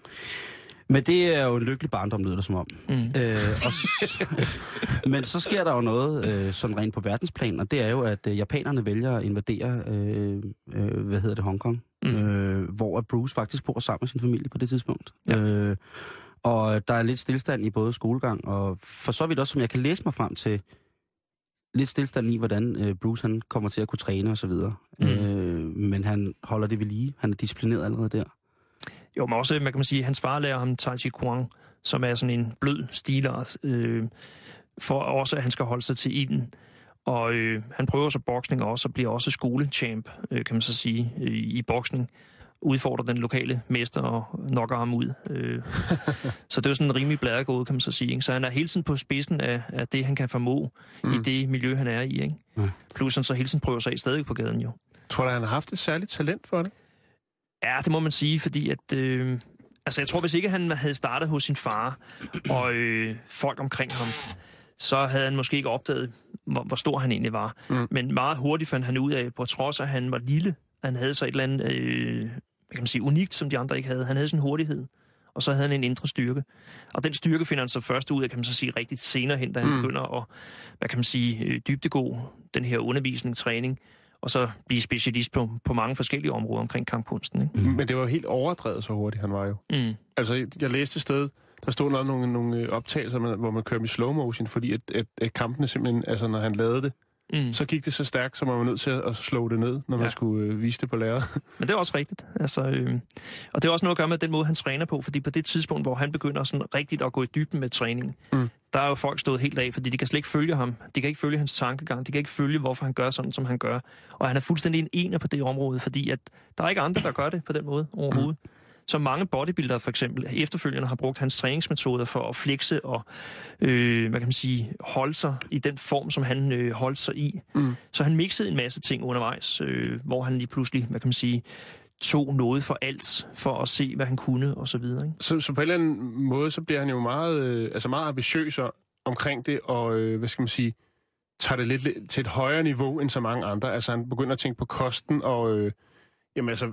Speaker 4: Men det er jo en lykkelig barndom, lyder det som om. Mm. Øh, og s- men så sker der jo noget øh, sådan rent på verdensplan, og det er jo, at øh, japanerne vælger at invadere, øh, øh, hvad hedder det, Hongkong, mm. øh, hvor Bruce faktisk bor sammen med sin familie på det tidspunkt. Ja. Øh, og der er lidt stillstand i både skolegang, og for så vidt også, som jeg kan læse mig frem til, lidt stillstand i, hvordan øh, Bruce han kommer til at kunne træne og så videre. Mm. Øh, men han holder det ved lige. Han er disciplineret allerede der.
Speaker 8: Jo, men også, man kan man sige, hans far lærer ham Tai Chi Chuan, som er sådan en blød stilart, øh, for også, at han skal holde sig til ilden. Og øh, han prøver så boksning også, og bliver også skolechamp, øh, kan man så sige, øh, i boksning. Udfordrer den lokale mester og knocker ham ud. Øh. Så det er jo sådan en rimelig bladregåde, kan man så sige. Ikke? Så han er hele tiden på spidsen af, af det, han kan formå mm. i det miljø, han er i. Ikke? Mm. Plus han så hele tiden prøver sig af stadig på gaden jo.
Speaker 5: Tror du, han har haft et særligt talent for det?
Speaker 8: Ja, det må man sige, fordi at... Øh, altså, jeg tror, hvis ikke han havde startet hos sin far og øh, folk omkring ham, så havde han måske ikke opdaget, hvor, hvor stor han egentlig var. Mm. Men meget hurtigt fandt han ud af, på trods af, at han var lille, han havde så et eller andet, øh, hvad kan man sige, unikt, som de andre ikke havde. Han havde sin hurtighed, og så havde han en indre styrke. Og den styrke finder han så først ud af, kan man så sige, rigtig senere hen, da han mm. begynder at, hvad kan man sige, dybdegå den her undervisning, træning, og så blive specialist på, på mange forskellige områder omkring kampkunsten. Ikke?
Speaker 5: Mm. Men det var helt overdrevet så hurtigt, han var jo. Mm. Altså, jeg læste et sted, der stod noget, nogle, nogle optagelser, hvor man kører i slow motion, fordi at, at, at kampene simpelthen, altså når han lavede det, mm. så gik det så stærkt, så man var nødt til at slå det ned, når ja. man skulle øh, vise det på lærret. Men det er også rigtigt. Altså, øh, og det er også noget at gøre med den måde, han træner på, fordi på det tidspunkt, hvor han begynder sådan rigtigt at gå i dybden med træningen, mm. der er jo folk stået helt af, fordi de kan slet ikke følge ham. De kan ikke følge hans tankegang. De kan ikke følge, hvorfor han gør sådan, som han gør. Og han er fuldstændig en ener på det område, fordi at der er ikke andre, der gør det på den måde overhovedet. Mm. Så mange bodybuildere for eksempel efterfølgende har brugt hans træningsmetoder for at flexe og øh, hvad kan man sige, holde sig i den form, som han øh, holdt sig i. Mm. Så han mixede en masse ting undervejs, øh, hvor han lige pludselig, hvad kan man sige, tog noget for alt, for at se, hvad han kunne, og så videre. Ikke? Så, så på en eller anden måde, så bliver han jo meget, øh, altså meget ambitiøs omkring det, og øh, hvad skal man sige, tager det lidt, lidt til et højere niveau end så mange andre. Altså han begynder at tænke på kosten, og øh, jamen altså...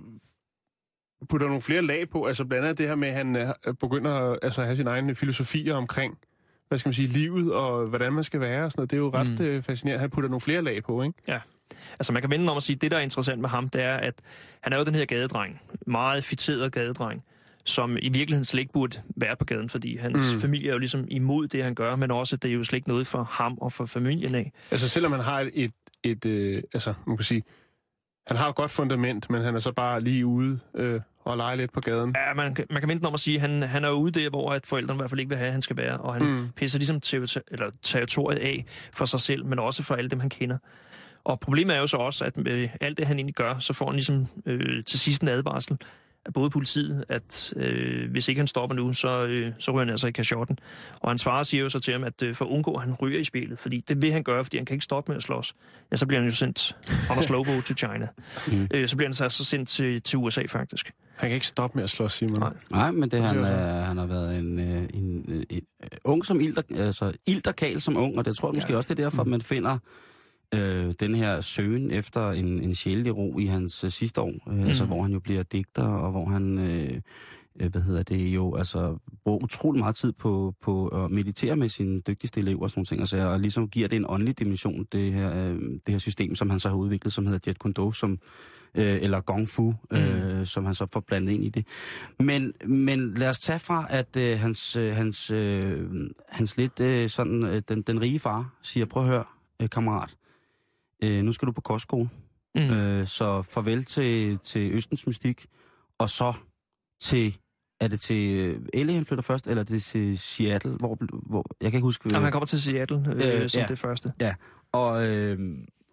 Speaker 5: putter nogle flere lag på, altså blandt andet det her med, at han øh, begynder at altså, have sin egen filosofier omkring, hvad skal man sige, livet og hvordan man skal være og sådan noget. Det er jo ret mm. øh, fascinerende. Han putter nogle flere lag på, ikke?
Speaker 8: Ja. Altså man kan vende om at sige, at det, der er interessant med ham, det er, at han er jo den her gadedreng. Meget fiteret gadedreng, som i virkeligheden slet ikke burde være på gaden, fordi hans mm. familie er jo ligesom imod det, han gør, men også, det er jo slet ikke noget for ham og for familien af.
Speaker 5: Altså selvom han har et, et, et øh, altså man kan sige, han har et godt fundament, men han er så bare lige ude øh, og leger lidt på gaden.
Speaker 8: Ja, man, man kan vente om at sige, at han, han er ude der, hvor at forældrene i hvert fald ikke vil have, at han skal være. Og han mm. pisser ligesom ter- eller territoriet af for sig selv, men også for alle dem, han kender. Og problemet er jo så også, at med alt det, han egentlig gør, så får han ligesom øh, til sidst en advarsel af både politiet, at øh, hvis ikke han stopper nu, så, øh, så ryger han altså i kashotten. Og hans far siger jo så til ham, at øh, for at undgå, at han ryger i spillet, fordi det vil han gøre, fordi han kan ikke stoppe med at slås. Ja, så bliver han jo sendt on a slow boat til China. Mm. Øh, så bliver han så altså sendt til, til U S A, faktisk.
Speaker 5: Han kan ikke stoppe med at slås, Simon.
Speaker 4: Nej, Nej men det han, er, han har været en, en, en, en, en ung som ilter, altså ilterkal som ung, og det tror jeg måske ja. også, det er derfor, mm. man finder Øh, den her søgen efter en, en sjælelig ro i hans øh, sidste år, øh, mm. altså hvor han jo bliver digter, og hvor han, øh, øh, hvad hedder det jo, altså bruger utrolig meget tid på, på at meditere med sine dygtigste elever og sådan nogle ting, altså, og ligesom giver det en åndelig dimension, det her, øh, det her system, som han så har udviklet, som hedder Jeet Kune Do, som, øh, eller Gong Fu, øh, mm. som han så får blandet ind i det. Men, men lad os tage fra, at øh, hans, øh, hans, øh, hans lidt øh, sådan, øh, den, den rige far siger, prøv at høre, øh, kammerat, Øh, nu skal du på kostskole. Mm. Øh, så farvel til, til Østens mystik, og så til, er det til L A, han flytter først, eller er det til Seattle, hvor, hvor jeg kan ikke huske...
Speaker 8: Jamen, han kommer til Seattle øh, øh, som ja, det første.
Speaker 4: Ja, og, øh,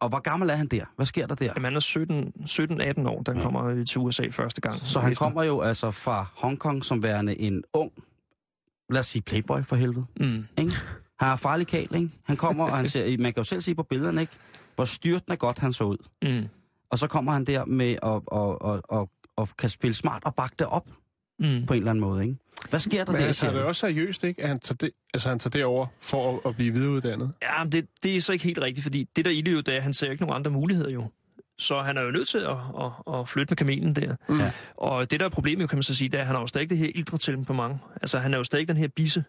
Speaker 4: Og hvor gammel er han der? Hvad sker der der?
Speaker 8: Jamen, han er sytten atten år, da han ja. kommer til U S A første gang.
Speaker 4: Så han efter. kommer jo altså fra Hongkong som værende en ung, lad os sige playboy for helvede. Mm. Ikke? Han er farlig kal, ikke? Han kommer, og han ser, man kan jo selv se på billederne, ikke? Hvor styrtende godt han så ud. Mm. Og så kommer han der med at og, og, og, og kan spille smart og bakke det op mm. på en eller anden måde, ikke? Hvad sker der
Speaker 5: Men
Speaker 4: der?
Speaker 5: Men han er det også seriøst, ikke? At han tager det, altså han tager det over for at, at blive videreuddannet?
Speaker 8: Ja, men det, det er så ikke helt rigtigt, fordi det der i det jo, det er, at han ser ikke nogen andre muligheder jo. Så han er jo nødt til at, at, at flytte med kamelen der. Mm. Ja. Og det der er problemet, kan man så sige, det er, at han har jo stadig det her ildre temperament. Altså han er jo stadig den her bisse.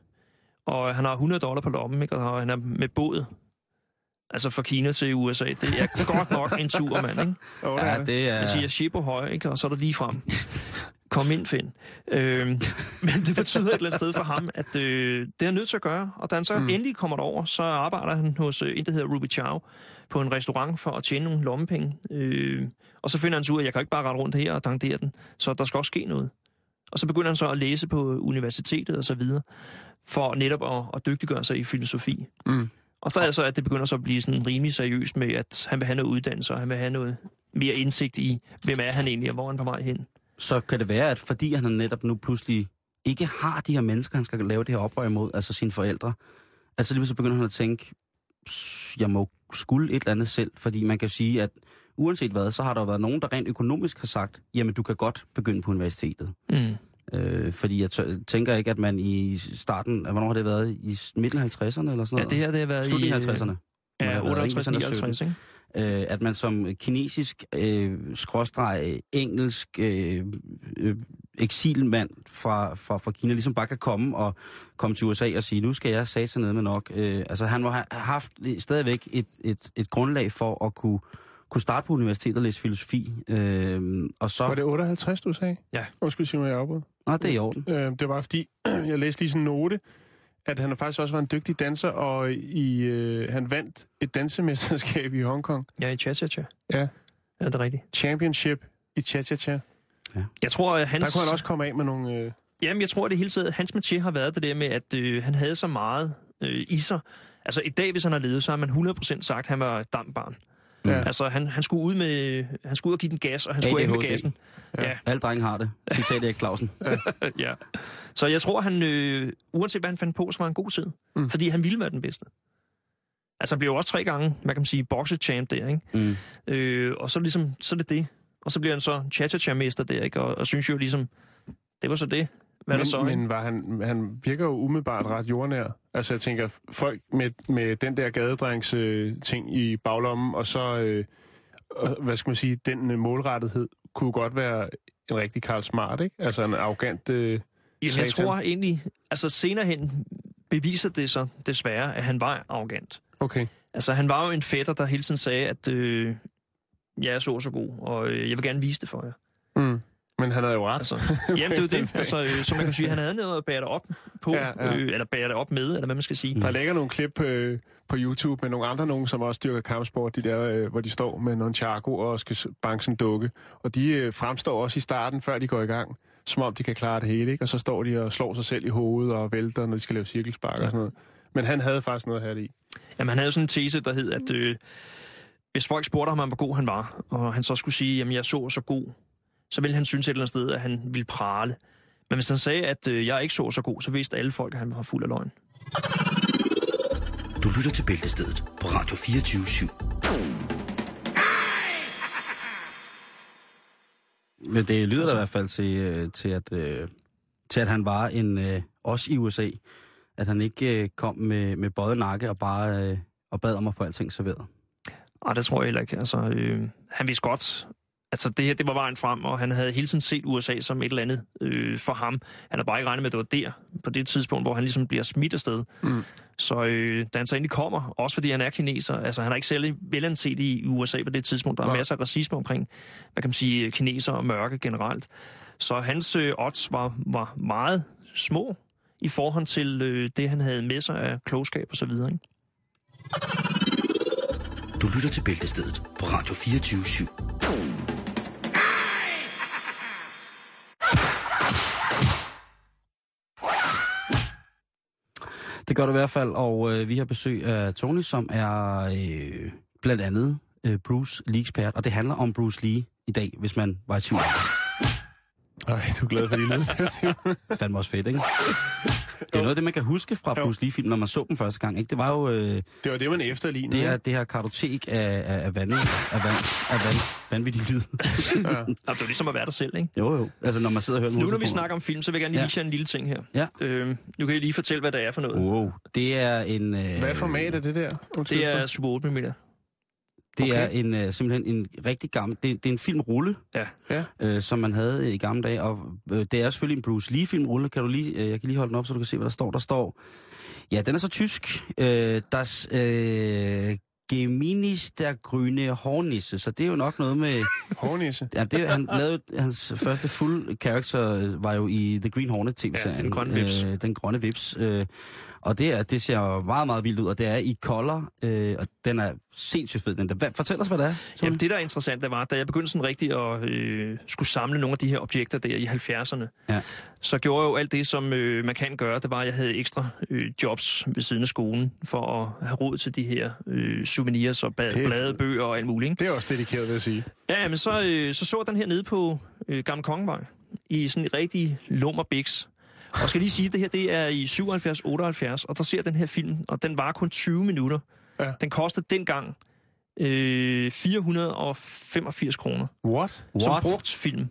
Speaker 8: Og han har hundrede dollar på lommen, ikke? Og han er med båd. Altså fra Kina til U S A. Det er godt nok en tur, mand, ikke?
Speaker 4: Oh, ja, det er...
Speaker 8: Man siger ship høj, ikke? Og så er der lige frem. Kom ind, Finn. Øh, men det betyder et eller andet sted for ham, at øh, det er nødt til at gøre. Og da han så mm. endelig kommer derover, så arbejder han hos øh, en, der hedder Ruby Chow, på en restaurant for at tjene nogle lommepenge. Øh, og så finder han så ud af, at jeg kan ikke bare rette rundt her og dankdere den. Så der skal også ske noget. Og så begynder han så at læse på universitetet og så videre, for netop at, at dygtiggøre sig i filosofi. Mm. Og så er det så, at det begynder så at blive sådan rimelig seriøst med, at han vil have noget uddannelse, og han vil have noget mere indsigt i, hvem er han egentlig, og hvor er han på vej hen.
Speaker 4: Så kan det være, at fordi han netop nu pludselig ikke har de her mennesker, han skal lave det her oprør imod, altså sine forældre, altså lige så begynder han at tænke, jeg må skulle et eller andet selv, fordi man kan sige, at uanset hvad, så har der været nogen, der rent økonomisk har sagt, jamen du kan godt begynde på universitetet. Mm. Øh, fordi jeg tør, tænker ikke, at man i starten, hvornår har det været, i midten af halvtredserne eller sådan noget?
Speaker 8: Ja, det her det har været
Speaker 4: Slutningen af halvtredserne.
Speaker 8: Ja, otteoghalvtreds nioghalvtreds, ikke?
Speaker 4: Øh, at man som kinesisk, øh, skråstreg, engelsk øh, øh, eksilmand fra, fra, fra Kina ligesom bare kan komme og komme til U S A og sige, nu skal jeg satan ned med nok. Øh, altså han må have haft stadigvæk et, et, et grundlag for at kunne, kunne starte på universitetet og læse filosofi. Øh, og så...
Speaker 5: Var det otteoghalvtreds, du sagde?
Speaker 8: Ja.
Speaker 5: Undskyld, sige mig, jeg er oppe.
Speaker 4: Nej, det er i orden.
Speaker 5: Øh, det var fordi, jeg læste lige sådan en note, at han faktisk også var en dygtig danser, og i, øh, han vandt et dansemesterskab i Hongkong.
Speaker 8: Ja, i Cha-Cha-Cha.
Speaker 5: Ja.
Speaker 8: Ja, det er rigtigt.
Speaker 5: Championship i Cha-Cha-Cha.
Speaker 8: Ja. Jeg tror, at hans...
Speaker 5: Der kunne han også komme af med nogle... Øh...
Speaker 8: Jamen, jeg tror, at det hele tiden, hans métier har været det der med, at øh, han havde så meget øh, i sig. Altså, i dag, hvis han har levet, så har man hundrede procent sagt, at han var et dampbarn. Ja. Altså, han, han skulle ud med, han skulle ud og give den gas, og han skulle af med gassen.
Speaker 4: Ja. Ja. Alle drenge har det. Citat Erik Clausen.
Speaker 8: Ja. Ja. Så jeg tror, han, øh, uanset hvad han fandt på, så var han god tid. Mm. Fordi han ville være den bedste. Altså, han blev jo også tre gange, man kan sige, boxechamp der, ikke? Mm. Øh, og så ligesom, så er det det. Og så bliver han så cha-cha-cha-mester der, ikke? Og, og synes jo ligesom, det var så det. Hvad
Speaker 5: men,
Speaker 8: så,
Speaker 5: men var han, han virker jo umiddelbart ret jordnær. Altså jeg tænker, folk med, med den der gadedrengs øh, ting i baglommen, og så, øh, og, hvad skal man sige, den øh, målrettighed, kunne godt være en rigtig Karl Smart, ikke? Altså en arrogant øh,
Speaker 8: Jamen, jeg tror egentlig, altså senere hen beviser det så desværre, at han var arrogant.
Speaker 5: Okay.
Speaker 8: Altså han var jo en fætter, der hele tiden sagde, at øh, jeg er så så god, og øh, jeg vil gerne vise det for jer.
Speaker 5: Mm. Men han havde jo ret.
Speaker 8: Altså, jamen, det er jo det. Altså, øh, som man kan sige, han havde noget at bære det op på, ja, ja. Øh, eller bære det op med, eller hvad man skal sige.
Speaker 5: Der ligger nogle klip øh, på YouTube med nogle andre nogen, som også dyrker kampsport, de der, øh, hvor de står med nogle charco og skal banke sådan dukke. Og de øh, fremstår også i starten, før de går i gang, som om de kan klare det hele, ikke? Og så står de og slår sig selv i hovedet og vælter, når de skal lave cirkelspark ja. Og sådan noget. Men han havde faktisk noget her i.
Speaker 8: Jamen, han havde sådan en tese, der hed, at øh, hvis folk spurgte ham, hvor god han var, og han så skulle sige, jamen, jeg så så god, så ville han synes et eller andet sted, at han ville prale. Men hvis han sagde, at øh, jeg ikke så så god, så vidste alle folk, at han var fuld af løgn.
Speaker 6: Du lytter til Bæltestedet på Radio fireogtyve syv.
Speaker 4: Men det lyder altså i hvert fald til, til, at, til, at han var en, også i U S A, at han ikke kom med, med bøjet nakke og bare og bad om at få alting serveret.
Speaker 8: Nej, det tror jeg heller ikke. Altså, øh, han vidste godt, altså det her, det var vejen frem, og han havde hele tiden set U S A som et eller andet øh, for ham. Han havde bare ikke regnet med, at det var der, på det tidspunkt, hvor han ligesom bliver smidt afsted. Mm. Så øh, da han så endelig kommer, også fordi han er kineser, altså han er ikke særlig velanset i U S A på det tidspunkt, der er ja. masser af racisme omkring, hvad kan man sige, kineser og mørke generelt. Så hans øh, odds var, var meget små i forhold til øh, det, han havde med sig af klogskab og så videre, ikke?
Speaker 6: Du lytter til Bæltestedet på Radio fireogtyve syv.
Speaker 4: Det gør du i hvert fald, og øh, vi har besøg af Tony, som er øh, blandt andet øh, Bruce Lee-ekspert, og det handler om Bruce Lee i dag, hvis man var i tvivl.
Speaker 5: Ej, du er glad for de lyd.
Speaker 4: Det fandme også fedt, ikke? Det er noget af det, man kan huske fra Bruce Lee-film, når man så dem første gang, ikke? Det var jo... Øh,
Speaker 5: det var det, man efterlignede.
Speaker 4: Det er det her kartotek af, af, af, vand, af, vand, af vand, vanvittig lyd.
Speaker 8: Ja. Det er jo ligesom at være der selv, ikke?
Speaker 4: Jo, jo. Altså, når man sidder og hører...
Speaker 8: Nu, når vi snakker om film, så vil jeg gerne lige
Speaker 4: ja.
Speaker 8: vise jer en lille ting her.
Speaker 4: Ja.
Speaker 8: Øhm, nu kan jeg lige fortælle, hvad det er for noget.
Speaker 4: Wow. Det er en... Øh,
Speaker 5: hvad format er det der?
Speaker 8: Det er Super otte millimeter.
Speaker 4: Det
Speaker 8: okay.
Speaker 4: er en, uh, simpelthen en rigtig gammel... Det, det er en filmrulle,
Speaker 8: ja.
Speaker 5: Ja.
Speaker 4: øh, som man havde i gamle dage. Og øh, det er selvfølgelig en Bruce Lee-filmrulle. Kan du lige, øh, jeg kan lige holde den op, så du kan se, hvad der står. Der står... Ja, den er så tysk. Øh, das øh, Geminis der grüne Hornisse. Så det er jo nok noget med...
Speaker 5: Hornisse?
Speaker 4: Ja, det, han lavede hans første full character var jo i The Green Hornet tv-serien.
Speaker 8: Ja, den grønne vips.
Speaker 4: Øh, den grønne vips. Øh, og det, er, det ser jo meget, meget vildt ud, og det er i color, øh, og den er sindssygt fed. Den der. Fortæl os, hvad det er.
Speaker 8: Jamen, det, der er interessant, det var, da jeg begyndte sådan rigtigt at øh, skulle samle nogle af de her objekter der i halvfjerdserne,
Speaker 4: ja.
Speaker 8: så gjorde jeg jo alt det, som øh, man kan gøre. Det var, at jeg havde ekstra øh, jobs ved siden af skolen, for at have råd til de her øh, souvenirs og bad, blade, bøger og alt muligt. Ikke?
Speaker 5: Det er også dedikeret, vil jeg sige.
Speaker 8: Ja, men så, øh, så så den her nede på øh, Gamle Kongevej, i sådan en rigtig lummerbiks. Og skal lige sige, at det her det er i syvoghalvfjerds otteoghalvfjerds, og der ser den her film, og den var kun tyve minutter. Ja. Den kostede dengang øh, fire hundrede og femogfirs kroner.
Speaker 5: What?
Speaker 8: Som
Speaker 4: What?
Speaker 8: brugt film.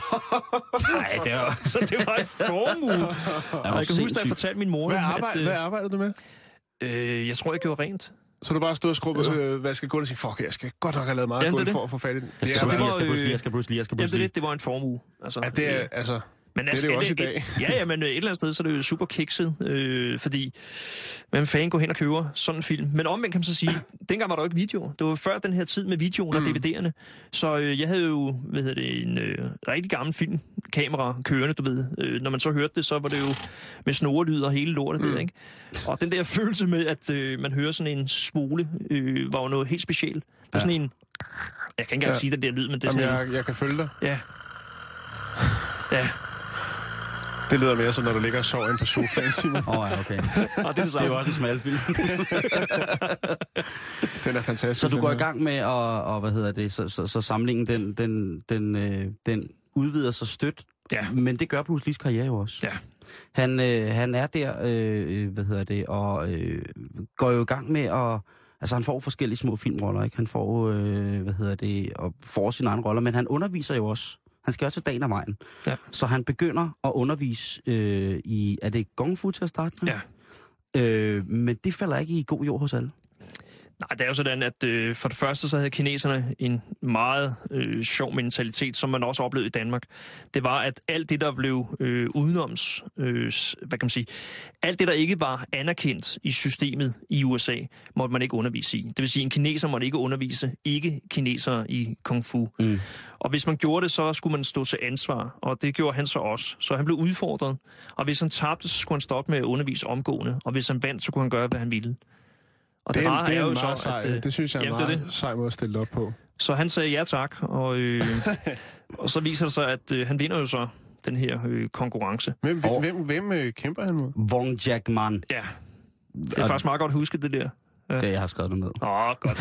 Speaker 8: Nej, det var, så det var en formue. Og jeg kan huske, da jeg fortalte min mor...
Speaker 5: Hvad, arbejde,
Speaker 8: at, øh,
Speaker 5: hvad arbejdede du med?
Speaker 8: Øh, jeg tror, jeg gjorde rent.
Speaker 5: Så du bare stod og skrubbe, øh, hvad skal gå og sige, fuck, jeg skal godt nok have lavet meget
Speaker 8: ja,
Speaker 5: gulv for at få fat i den.
Speaker 4: Jeg skal Bruce Lee, jeg skal Bruce Lee, jeg skal Bruce Lee.
Speaker 8: Ja, det, det var en formue. Altså,
Speaker 5: ja, det er, altså...
Speaker 8: Men
Speaker 5: det
Speaker 8: altså,
Speaker 5: er det jo også
Speaker 8: et,
Speaker 5: i dag.
Speaker 8: Et, ja, ja, men et eller andet sted, så er det jo super kikset, øh, fordi hvem fanden går hen og køber sådan en film? Men omvendt kan man så sige, dengang var der jo ikke video. Det var før den her tid med videoen og mm. D V D'erne. Så øh, jeg havde jo, hvad hedder det, en øh, rigtig gammel filmkamera kørende, du ved. Øh, når man så hørte det, så var det jo med snorelyd og hele lortet mm. der, ikke? Og den der følelse med, at øh, man hører sådan en smule, øh, var jo noget helt specielt. Det var ja. sådan en... Jeg kan ikke engang ja. sige den der lyd, men det er
Speaker 5: Jamen,
Speaker 8: sådan
Speaker 5: jeg, jeg kan følge dig.
Speaker 8: Ja. Ja.
Speaker 5: Det lyder mere som, når du ligger og sover inde på sofaen, Simon.
Speaker 4: Åh, oh, ja, okay.
Speaker 8: Og det, er det,
Speaker 4: det er jo også en smal film.
Speaker 5: Den er fantastisk.
Speaker 4: Så du går i gang med, at, og, hvad hedder det, så, så, så samlingen, den, den, den, øh, den udvider sig stødt.
Speaker 8: Ja.
Speaker 4: Men det gør Bruce Lees karriere jo også.
Speaker 8: Ja.
Speaker 4: Han, øh, han er der, øh, hvad hedder det, og øh, går jo i gang med at... Altså, han får forskellige små filmroller, ikke? Han får, øh, hvad hedder det, og får sine egne roller, men han underviser jo også. Han skal også til dagen af vejen.
Speaker 8: Ja.
Speaker 4: Så han begynder at undervise øh, i... Er det Kung Fu til at starte med?
Speaker 8: Ja.
Speaker 4: Øh, men det falder ikke i god jord hos alle.
Speaker 8: Nej, det er jo sådan, at øh, for det første så havde kineserne en meget øh, sjov mentalitet, som man også oplevede i Danmark. Det var, at alt det, der blev øh, udenoms, øh, hvad kan man sige, alt det, der ikke var anerkendt i systemet i U S A, måtte man ikke undervise i. Det vil sige, en kineser måtte ikke undervise ikke-kinesere i Kung Fu. Mm. Og hvis man gjorde det, så skulle man stå til ansvar, og det gjorde han så også. Så han blev udfordret, og hvis han tabte, så skulle han stoppe med at undervise omgående, og hvis han vandt, så kunne han gøre, hvad han ville. Og
Speaker 5: det,
Speaker 8: det,
Speaker 5: er, det er
Speaker 8: er jo
Speaker 5: meget
Speaker 8: så,
Speaker 5: sej.
Speaker 8: at, øh,
Speaker 5: det synes jeg er
Speaker 8: jamen,
Speaker 5: meget
Speaker 8: det det.
Speaker 5: sej måde at stille op på.
Speaker 8: Så han sagde ja tak, og, øh, og så viser det sig, at øh, han vinder jo så den her øh, konkurrence.
Speaker 5: Hvem,
Speaker 4: og,
Speaker 5: hvem, hvem øh, kæmper han mod?
Speaker 4: Wong Jack Man.
Speaker 8: Ja, det er og, faktisk meget godt husket, det der. Ja.
Speaker 4: Det, jeg har skrevet det ned.
Speaker 8: Åh, oh, godt.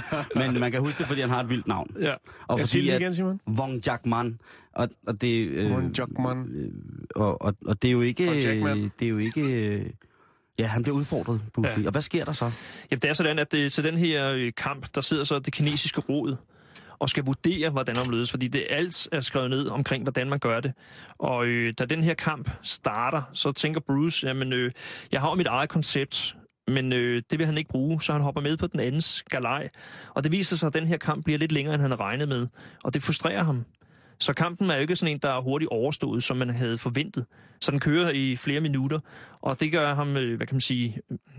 Speaker 4: Men man kan huske det, fordi han har et vildt navn.
Speaker 8: Ja.
Speaker 4: Og
Speaker 5: jeg
Speaker 4: fordi,
Speaker 5: siger det igen, Simon.
Speaker 4: Wong Jack Man. Og, og det... Øh,
Speaker 5: Wong Jack Man.
Speaker 4: Øh, og, og, og det er jo ikke... Øh, det er jo ikke... Øh, ja, han bliver udfordret, Bruce Lee. Ja. Og hvad sker der så?
Speaker 8: Jamen, det er sådan, at det, til den her øh, kamp, der sidder så det kinesiske råd og skal vurdere, hvordan det omledes, fordi det alt er skrevet ned omkring, hvordan man gør det. Og øh, da den her kamp starter, så tænker Bruce, jamen, øh, jeg har jo mit eget koncept, men øh, det vil han ikke bruge, så han hopper med på den andens galej. Og det viser sig, at den her kamp bliver lidt længere, end han havde regnet med. Og det frustrerer ham. Så kampen er jo ikke sådan en, der er hurtigt overstået, som man havde forventet. Så den kører i flere minutter, og det gør ham, hvad kan man sige,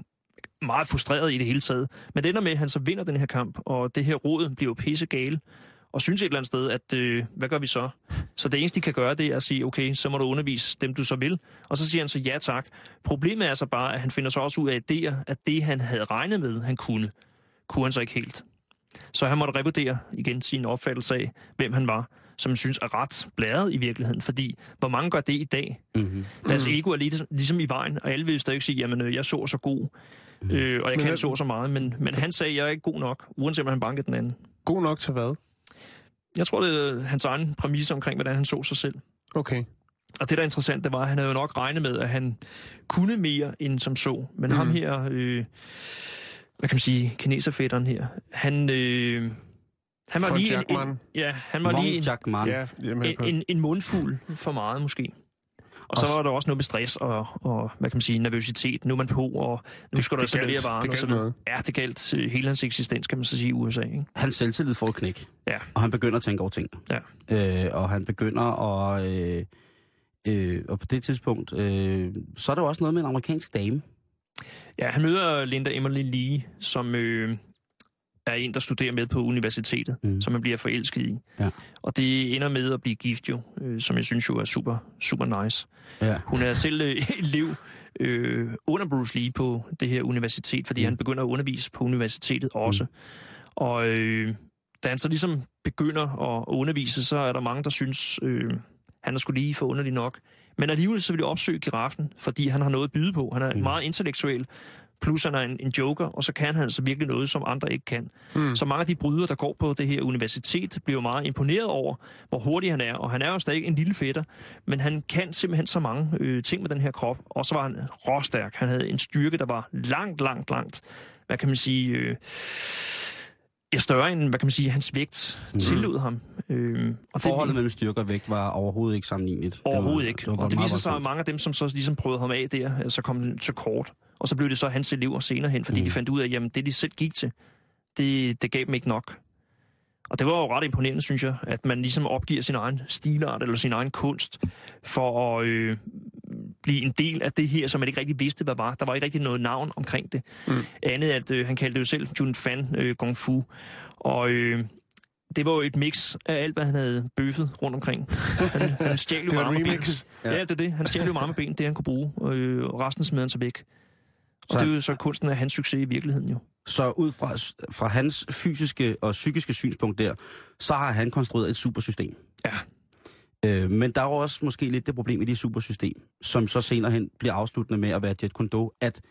Speaker 8: meget frustreret i det hele taget. Men det ender med, at han så vinder den her kamp, og det her råd bliver jo pissegale, og synes et eller andet sted, at øh, hvad gør vi så? Så det eneste, de kan gøre, det er at sige, okay, så må du undervise dem, du så vil. Og så siger han så ja tak. Problemet er så bare, at han finder så også ud af idéer, at det, han havde regnet med, han kunne, kunne han så ikke helt. Så han måtte revurdere igen sin opfattelse af, hvem han var, som han synes er ret blæret i virkeligheden. Fordi, hvor mange gør det i dag? Mm-hmm. Deres ego er ligesom, ligesom i vejen, og alle vil stadig sige, jamen, jeg så så god, øh, og jeg kan så så meget. Men, men han sagde, jeg er ikke god nok, uanset om han bankede den anden.
Speaker 5: God nok til hvad?
Speaker 8: Jeg tror, det er hans egen præmis omkring, hvordan han så sig selv.
Speaker 5: Okay.
Speaker 8: Og det, der er interessant, det var, at han havde jo nok regnet med, at han kunne mere end som så. Men mm. ham her, øh, hvad kan man sige, kineserfætteren her, han... Øh, han var
Speaker 5: For
Speaker 8: lige en,
Speaker 5: en,
Speaker 8: ja, han var lige en,
Speaker 5: ja,
Speaker 8: en, en, en mundfuld for meget, måske. Og så var der også noget med stress og, og hvad kan man sige, nervøsitet. Nu er man på, og nu det, skal der servere varen.
Speaker 5: Det galt noget.
Speaker 8: Ja, det galt uh, hele hans eksistens, kan man så sige, i U S A. Ikke?
Speaker 4: Hans selvtillid får et knæk.
Speaker 8: Ja.
Speaker 4: Og han begynder at tænke over ting.
Speaker 8: Ja.
Speaker 4: Øh, og han begynder at... Øh, øh, og på det tidspunkt, øh, så er der jo også noget med en amerikansk dame.
Speaker 8: Ja, han møder Linda Emily Lee, som... Øh, er en, der studerer med på universitetet, mm. som man bliver forelsket i.
Speaker 4: Ja.
Speaker 8: Og det ender med at blive gift jo, øh, som jeg synes jo er super, super nice.
Speaker 4: Ja.
Speaker 8: Hun er selv øh, elev øh, under Bruce Lee på det her universitet, fordi mm. han begynder at undervise på universitetet også. Mm. Og øh, da han så ligesom begynder at undervise, så er der mange, der synes, øh, han er sgu lige for underlig nok. Men alligevel så vil jeg opsøge giraffen, fordi han har noget at byde på. Han er mm. meget intellektuel, plus han er en, en joker, og så kan han altså virkelig noget, som andre ikke kan. Mm. Så mange af de brydere, der går på det her universitet, bliver meget imponeret over, hvor hurtig han er. Og han er jo stadig en lille fætter, men han kan simpelthen så mange øh, ting med den her krop. Og så var han råstærk. Han havde en styrke, der var langt, langt, langt, hvad kan man sige... Øh, er større end, hvad kan man sige, hans vægt mm. tillod ham. Øhm, og
Speaker 4: Forholdet
Speaker 8: det,
Speaker 4: mellem styrke og vægt var overhovedet ikke sammenlignet.
Speaker 8: Overhovedet ikke.
Speaker 4: Det var, det
Speaker 8: og det viser sig,
Speaker 4: godt.
Speaker 8: at mange af dem, som så ligesom prøvede ham af der, så kom den til kort. Og så blev det så hans elever senere hen, fordi mm. de fandt ud af, at jamen, det, de selv gik til, det, det gav dem ikke nok. Og det var jo ret imponerende, synes jeg, at man ligesom opgiver sin egen stilart eller sin egen kunst for at øh, blive en del af det her, som man ikke rigtig vidste, hvad var. Der var ikke rigtig noget navn omkring det. Mm. Andet at øh, han kaldte det jo selv Jun Fan øh, Kung Fu. Og øh, det var jo et mix af alt, hvad han havde bøffet rundt omkring. Han, han stjal jo meget med ben. Ja. ja, det er det. Han stjal jo meget med ben, det han kunne bruge. Øh, og resten smed han sig væk. Og så, det er jo så kunsten af hans succes i virkeligheden jo.
Speaker 4: Så ud fra, fra hans fysiske og psykiske synspunkt der, så har han konstrueret et supersystem.
Speaker 8: Ja.
Speaker 4: Øh, men der er jo også måske lidt det problem i det supersystem, som så senere hen bliver afsluttende med at være Jet Kundo, at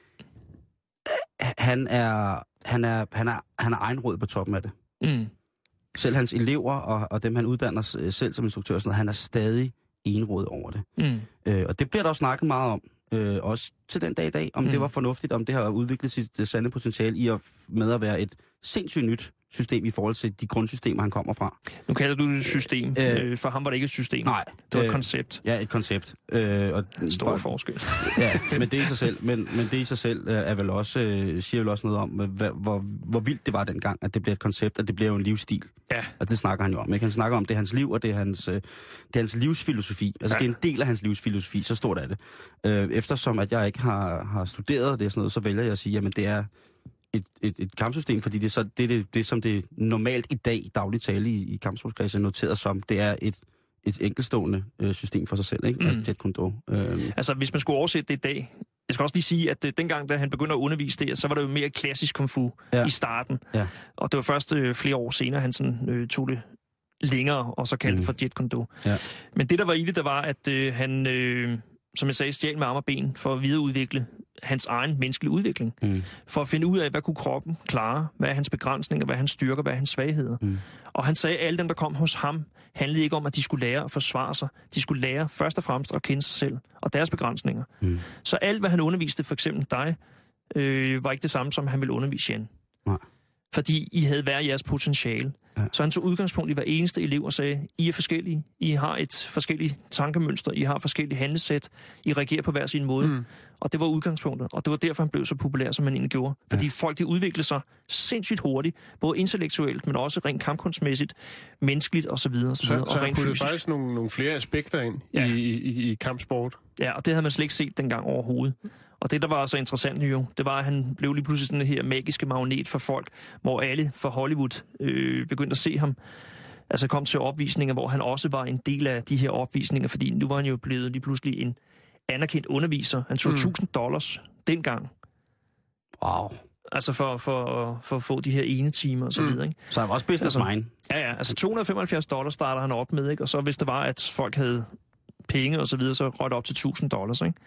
Speaker 4: øh, han er han er han er han er egenråd på toppen af det.
Speaker 8: Mm.
Speaker 4: Selv hans elever og, og dem han uddanner selv som instruktør, sådan noget, han er stadig egenråd over det. Mm. Øh, og det bliver der også snakket meget om. Øh, også til den dag i dag, om mm. det var fornuftigt, om det har udviklet sit uh, sande potentiale i at, med at være et sindssygt nyt system i forhold til de grundsystemer, han kommer fra.
Speaker 8: Nu kalder du det et system. Øh, for ham var det ikke et system.
Speaker 4: Nej.
Speaker 8: Det var et
Speaker 4: øh,
Speaker 8: koncept.
Speaker 4: Ja, et koncept. Øh, og,
Speaker 8: Stor for, forskel.
Speaker 4: Ja, men det i sig selv, men, men det i sig selv er vel også, øh, siger vel også noget om, hvad, hvor, hvor vildt det var dengang, at det bliver et koncept, at det bliver jo en livsstil.
Speaker 8: Ja.
Speaker 4: Og det snakker han jo om. Ikke? Han snakker om, det er hans liv, og det er hans, øh, det er hans livsfilosofi. Altså, ja. Det er en del af hans livsfilosofi, så stort er det. Øh, eftersom at jeg ikke har, har studeret det og sådan noget, så vælger jeg at sige, jamen det er et, et, et kampsystem, fordi det er så det, det, det som det normalt i dag dagligt tale i, i kampsportskredse er noteret som, det er et, et enkeltstående øh, system for sig selv, ikke? Mm. Altså Jet Kundo. Øh.
Speaker 8: Altså, hvis man skulle oversætte det i dag, jeg skal også lige sige, at øh, dengang, da han begynder at undervise det, så var det jo mere klassisk kung fu ja. i starten. Ja. Og det var først øh, flere år senere, han sådan, øh, tog det længere, og så kaldte mm. det for Jet Kundo. Ja. Men det, der var i det, der var, at øh, han... Øh, som jeg sagde, stjal med arme og ben for at videreudvikle hans egen menneskelige udvikling. Mm. For at finde ud af, hvad kunne kroppen klare, hvad er hans begrænsninger, hvad er hans styrker, hvad er hans svagheder. Mm. Og han sagde, at alle dem, der kom hos ham, handlede ikke om, at de skulle lære at forsvare sig. De skulle lære først og fremmest at kende sig selv og deres begrænsninger. Mm. Så alt, hvad han underviste, for eksempel dig, øh, var ikke det samme, som han ville undervise Jan. Nej. Fordi I havde hver jeres potentiale. Ja. Så han tog udgangspunkt i hver eneste elev og sagde, I er forskellige, I har et forskelligt tankemønster, I har forskellige handlesæt, I reagerer på hver sin måde. Mm. Og det var udgangspunktet, og det var derfor, han blev så populær, som han egentlig gjorde. Fordi ja. folk, de udviklede sig sindssygt hurtigt, både intellektuelt, men også rent kampkunstmæssigt, menneskeligt osv. Så, så, så,
Speaker 5: og så
Speaker 8: rent
Speaker 5: han
Speaker 8: fysisk.
Speaker 5: faktisk nogle, nogle flere aspekter ind ja. i, i, i kampsport.
Speaker 8: Ja, og det havde man slet ikke set dengang overhovedet. Og det, der var så interessant jo, det var, at han blev lige pludselig sådan her magiske magnet for folk, hvor alle fra Hollywood øh, begyndte at se ham. Altså kom til opvisninger, hvor han også var en del af de her opvisninger, fordi nu var han jo blevet lige pludselig en anerkendt underviser. Han tog mm. tusind dollars dengang.
Speaker 4: Wow.
Speaker 8: Altså for, for, for at få de her ene timer og så videre, ikke?
Speaker 4: Så han var også business
Speaker 8: altså,
Speaker 4: mind.
Speaker 8: Ja, ja. Altså to hundrede og femoghalvfjerds dollars starter han op med, ikke? Og så hvis det var, at folk havde penge og så videre, så røg det op til tusind dollars, ikke?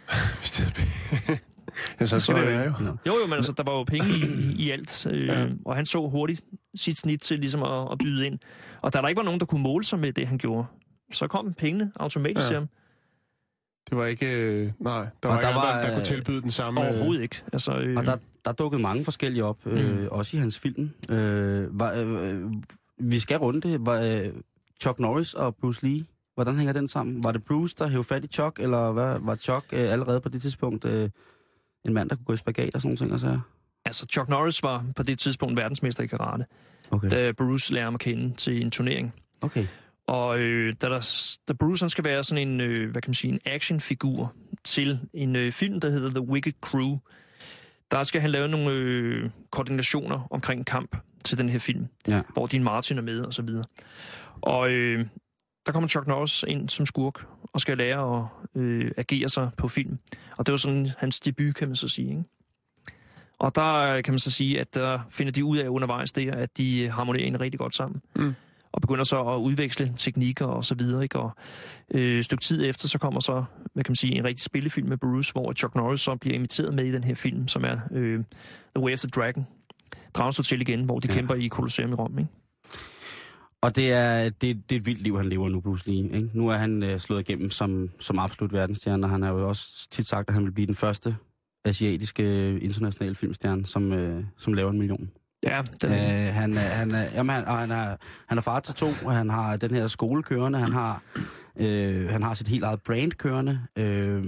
Speaker 5: Ja, så skal så, det være jo.
Speaker 8: Jo, jo, men altså, der var jo penge i, i alt, øh, ja. og han så hurtigt, sit snit til ligesom at, at byde ind. Og da der ikke var nogen, der kunne måle sig med det, han gjorde, så kom pengene automatisk ja. til ham.
Speaker 5: Det var ikke... Øh, nej, der var
Speaker 4: og
Speaker 5: ikke
Speaker 4: der,
Speaker 5: andre,
Speaker 4: var,
Speaker 5: der kunne tilbyde den samme...
Speaker 8: Overhovedet ikke. Altså, øh,
Speaker 4: og der, der dukkede mange forskellige op, øh, mm. også i hans film. Øh, var, øh, vi skal runde det. Var, øh, Chuck Norris og Bruce Lee, hvordan hænger den sammen? Var det Bruce, der hævde fat i Chuck, eller hvad, var Chuck øh, allerede på det tidspunkt øh, en mand, der kunne gå i spagat og sådan nogle ting? Så?
Speaker 8: Altså, Chuck Norris var på det tidspunkt verdensmester i karate, okay. da Bruce lærer ham at kende til en turnering.
Speaker 4: Okay.
Speaker 8: Og øh, da, der, da Bruce han skal være sådan en, øh, hvad kan man sige, en actionfigur til en øh, film, der hedder The Wicked Crew, der skal han lave nogle øh, koordinationer omkring kamp til den her film, ja. hvor Dean Martin er med og så videre. Og øh, der kommer Chuck Norris ind som skurk og skal lære at øh, agere sig på film. Og det var sådan hans debut, kan man så sige, ikke? Og der kan man så sige, at der finder de ud af undervejs der, at de harmonerer en rigtig godt sammen. Mm. Og begynder så at udveksle teknikker og så videre, ikke? Og øh, et stykke tid efter, så kommer så, hvad kan man sige, en rigtig spillefilm med Bruce, hvor Chuck Norris så bliver inviteret med i den her film, som er øh, The Way of the Dragon. Dragens Hotel igen, hvor de ja. kæmper i Colosseum i Rom, ikke? Og
Speaker 4: det er, det, det er et vildt liv, han lever nu, Bruce Lee, ikke? Nu er han øh, slået igennem som, som absolut verdensstjerne, og han har jo også tit sagt, at han vil blive den første asiatiske internationale filmstjerne, som, øh, som laver en million.
Speaker 8: Ja, den...
Speaker 4: øh, han, han, jamen, han, han, er, han er far til to, og han har den her skole kørende, han har, øh, han har sit helt eget brand kørende, øh,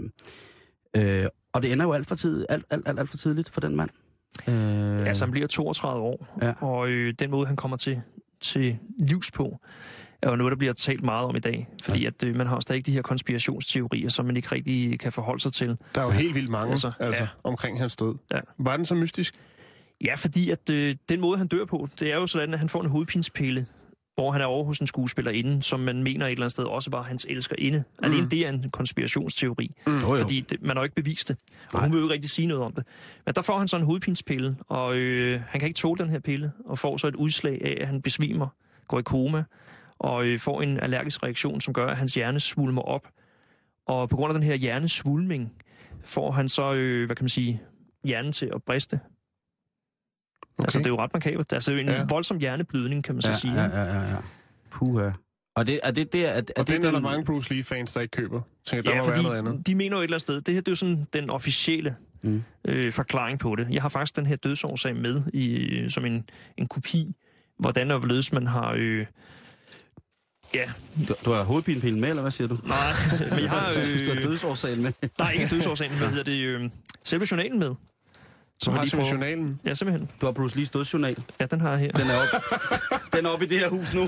Speaker 4: øh, og det ender jo alt for, tid, alt, alt, alt, alt for tidligt for den mand.
Speaker 8: Øh... Altså, han bliver toogtredive år, ja. og øh, den måde, han kommer til, til livs på, er jo noget, der bliver talt meget om i dag. Fordi ja. at øh, man har stadig de her konspirationsteorier, som man ikke rigtig kan forholde sig til.
Speaker 5: Der er jo helt vildt mange altså, altså, ja. omkring hans død. Ja. Var den så mystisk?
Speaker 8: Ja, fordi at øh, den måde, han dør på, det er jo sådan, at han får en hovedpinspille, hvor han er over hos en skuespillerinde, som man mener et eller andet sted også var hans elskerinde. Mm. Alene det er en konspirationsteori, mm. fordi det, man har jo ikke bevist det. Og hun vil jo ikke rigtig sige noget om det. Men der får han så en hovedpinspille, og øh, han kan ikke tåle den her pille, og får så et udslag af, at han besvimer, går i koma, og øh, får en allergisk reaktion, som gør, at hans hjerne svulmer op. Og på grund af den her hjernesvulming, får han så, øh, hvad kan man sige, hjernen til at briste. Okay. Altså, det er jo ret makabert. Altså, det er jo en ja. voldsom hjerneblødning, kan man så
Speaker 4: ja,
Speaker 8: sige.
Speaker 4: Ja, ja, ja, ja. Puha. Og det er det, det er... Er,
Speaker 5: og
Speaker 4: det,
Speaker 5: den er der mange Bruce Lee-fans, der ikke køber. Tænker,
Speaker 8: ja,
Speaker 5: der må
Speaker 8: fordi
Speaker 5: være noget andet.
Speaker 8: De mener jo et eller andet sted. Det her, det er jo sådan den officielle mm. øh, forklaring på det. Jeg har faktisk den her dødsårsag med i, som en, en kopi. Hvordan og hvorledes man har... Øh, ja.
Speaker 4: Du, du har hovedpinepillen med, eller hvad siger du?
Speaker 8: Nej, men jeg har... Øh,
Speaker 4: du har dødsårsagen med.
Speaker 8: Nej, ikke dødsårsagen. Hvad hedder det? Øh, selve journalen med.
Speaker 5: Så har du journalen?
Speaker 8: Ja, simpelthen.
Speaker 4: Du har Bruce Lees dødsjournal?
Speaker 8: Ja, den har jeg her.
Speaker 4: Den er oppe den er op i det her hus nu.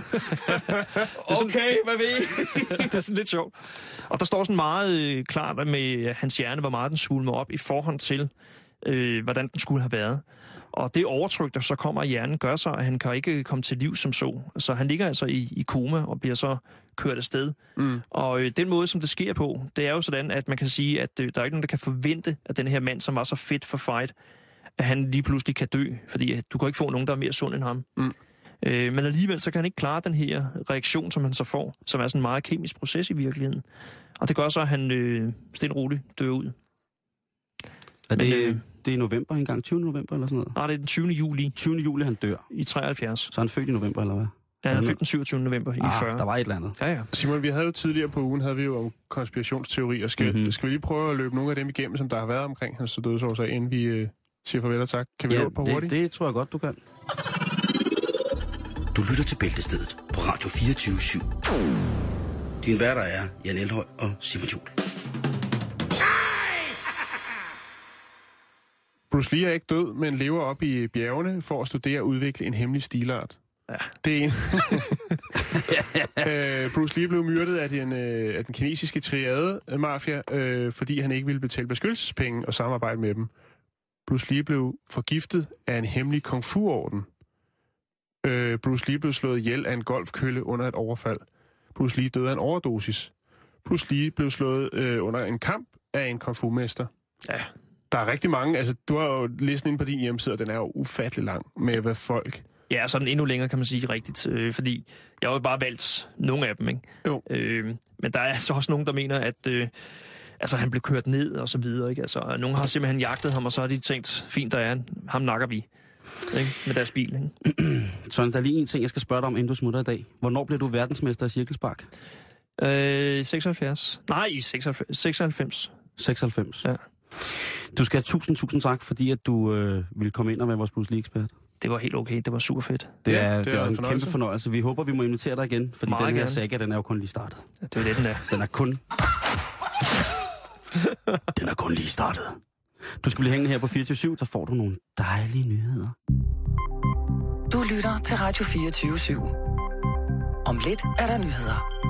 Speaker 4: Okay, hvad ved I?
Speaker 8: Det er sådan lidt sjovt. Og der står sådan meget øh, klart med hans hjerne, hvor meget den svulmer op i forhold til, øh, hvordan den skulle have været. Og det overtryk, der så kommer i hjernen, gør så, at han kan ikke komme til liv som så. Så han ligger altså i, i koma og bliver så kørt afsted. Mm. Og øh, den måde, som det sker på, det er jo sådan, at man kan sige, at øh, der er ikke nogen, der kan forvente, at den her mand, som var så fedt for fight, at han lige pludselig kan dø. Fordi øh, du kan ikke få nogen, der er mere sund end ham. Mm. Øh, men alligevel, så kan han ikke klare den her reaktion, som han så får, som er sådan en meget kemisk proces i virkeligheden. Og det gør så, at han øh, stille roligt dør ud.
Speaker 4: Er det, men, øh, det er i november engang? tyvende november eller sådan noget?
Speaker 8: Nej, det er den tyvende juli.
Speaker 4: tyvende juli, han dør?
Speaker 8: I treoghalvfjerds.
Speaker 4: Så er han født i november, eller hvad?
Speaker 8: Ja, han er født den syvogtyvende november i
Speaker 4: ah,
Speaker 8: fyrre.
Speaker 4: Der var et eller andet.
Speaker 8: Ja, ja.
Speaker 5: Simon, vi havde jo tidligere på ugen, havde vi jo om konspirationsteorier. Skal, mm-hmm. skal vi lige prøve at løbe nogle af dem igennem, som der har været omkring hans dødsårsag, inden vi øh, siger farvel og tak? Kan vi
Speaker 4: ja,
Speaker 5: løbe på hurtigt?
Speaker 4: Det, det tror jeg godt, du kan.
Speaker 6: Du lytter til Bæltestedet på Radio fireogtyve syv. Din værter er Jan Elhøj og Simon Juhl.
Speaker 5: Bruce Lee er ikke død, men lever op i bjergene for at studere og udvikle en hemmelig stilart. Ja. Det er en. øh, Bruce Lee blev myrdet af den, øh, af den kinesiske triade-mafia, øh, fordi han ikke ville betale beskyttelsespenge og samarbejde med dem. Bruce Lee blev forgiftet af en hemmelig kung fu-orden. Øh, Bruce Lee blev slået ihjel af en golfkølle under et overfald. Bruce Lee døde af en overdosis. Bruce Lee blev slået øh, under en kamp af en kung fu-mester. Ja. Der er rigtig mange, altså du har jo listen inde på din hjemmeside, og den er jo ufattelig lang med, hvad folk...
Speaker 8: Ja, så den endnu længere, kan man sige rigtigt, øh, fordi jeg har jo bare valgt nogle af dem, ikke? Jo. Øh, men der er altså også nogen, der mener, at øh, altså, han blev kørt ned og så videre, ikke? Altså, nogen har simpelthen jagtet ham, og så har de tænkt, fint, der er han, ham nakker vi. ikke? Med deres bil. Ikke?
Speaker 4: Sådan, der er lige en ting, jeg skal spørge dig om, inden du smutter i dag. Hvornår bliver du verdensmester i cirkelspark?
Speaker 8: Øh, seksoghalvfjerds. Nej, i seksoghalvfems. seksoghalvfems.
Speaker 4: seksoghalvfems.
Speaker 8: Ja.
Speaker 4: Du skal have tusind, tusind tak, fordi at du øh, ville komme ind og være vores Bruce Lee-ekspert.
Speaker 8: Det var helt okay. Det var super fedt.
Speaker 4: Det
Speaker 5: Ja,
Speaker 4: er,
Speaker 5: det
Speaker 4: det
Speaker 5: er
Speaker 4: er
Speaker 5: en
Speaker 4: en
Speaker 5: fornøjelse.
Speaker 4: kæmpe fornøjelse. Vi håber, vi må invitere dig igen, fordi
Speaker 8: Meget
Speaker 4: den her
Speaker 8: gerne.
Speaker 4: saga, den er jo kun lige startet.
Speaker 8: Det var det, den der.
Speaker 4: Den er kun... den er kun lige startet. Du skal blive hængende her på fireogtyve syv, så får du nogle dejlige nyheder.
Speaker 3: Du lytter til Radio fireogtyve syv. Om lidt er der nyheder.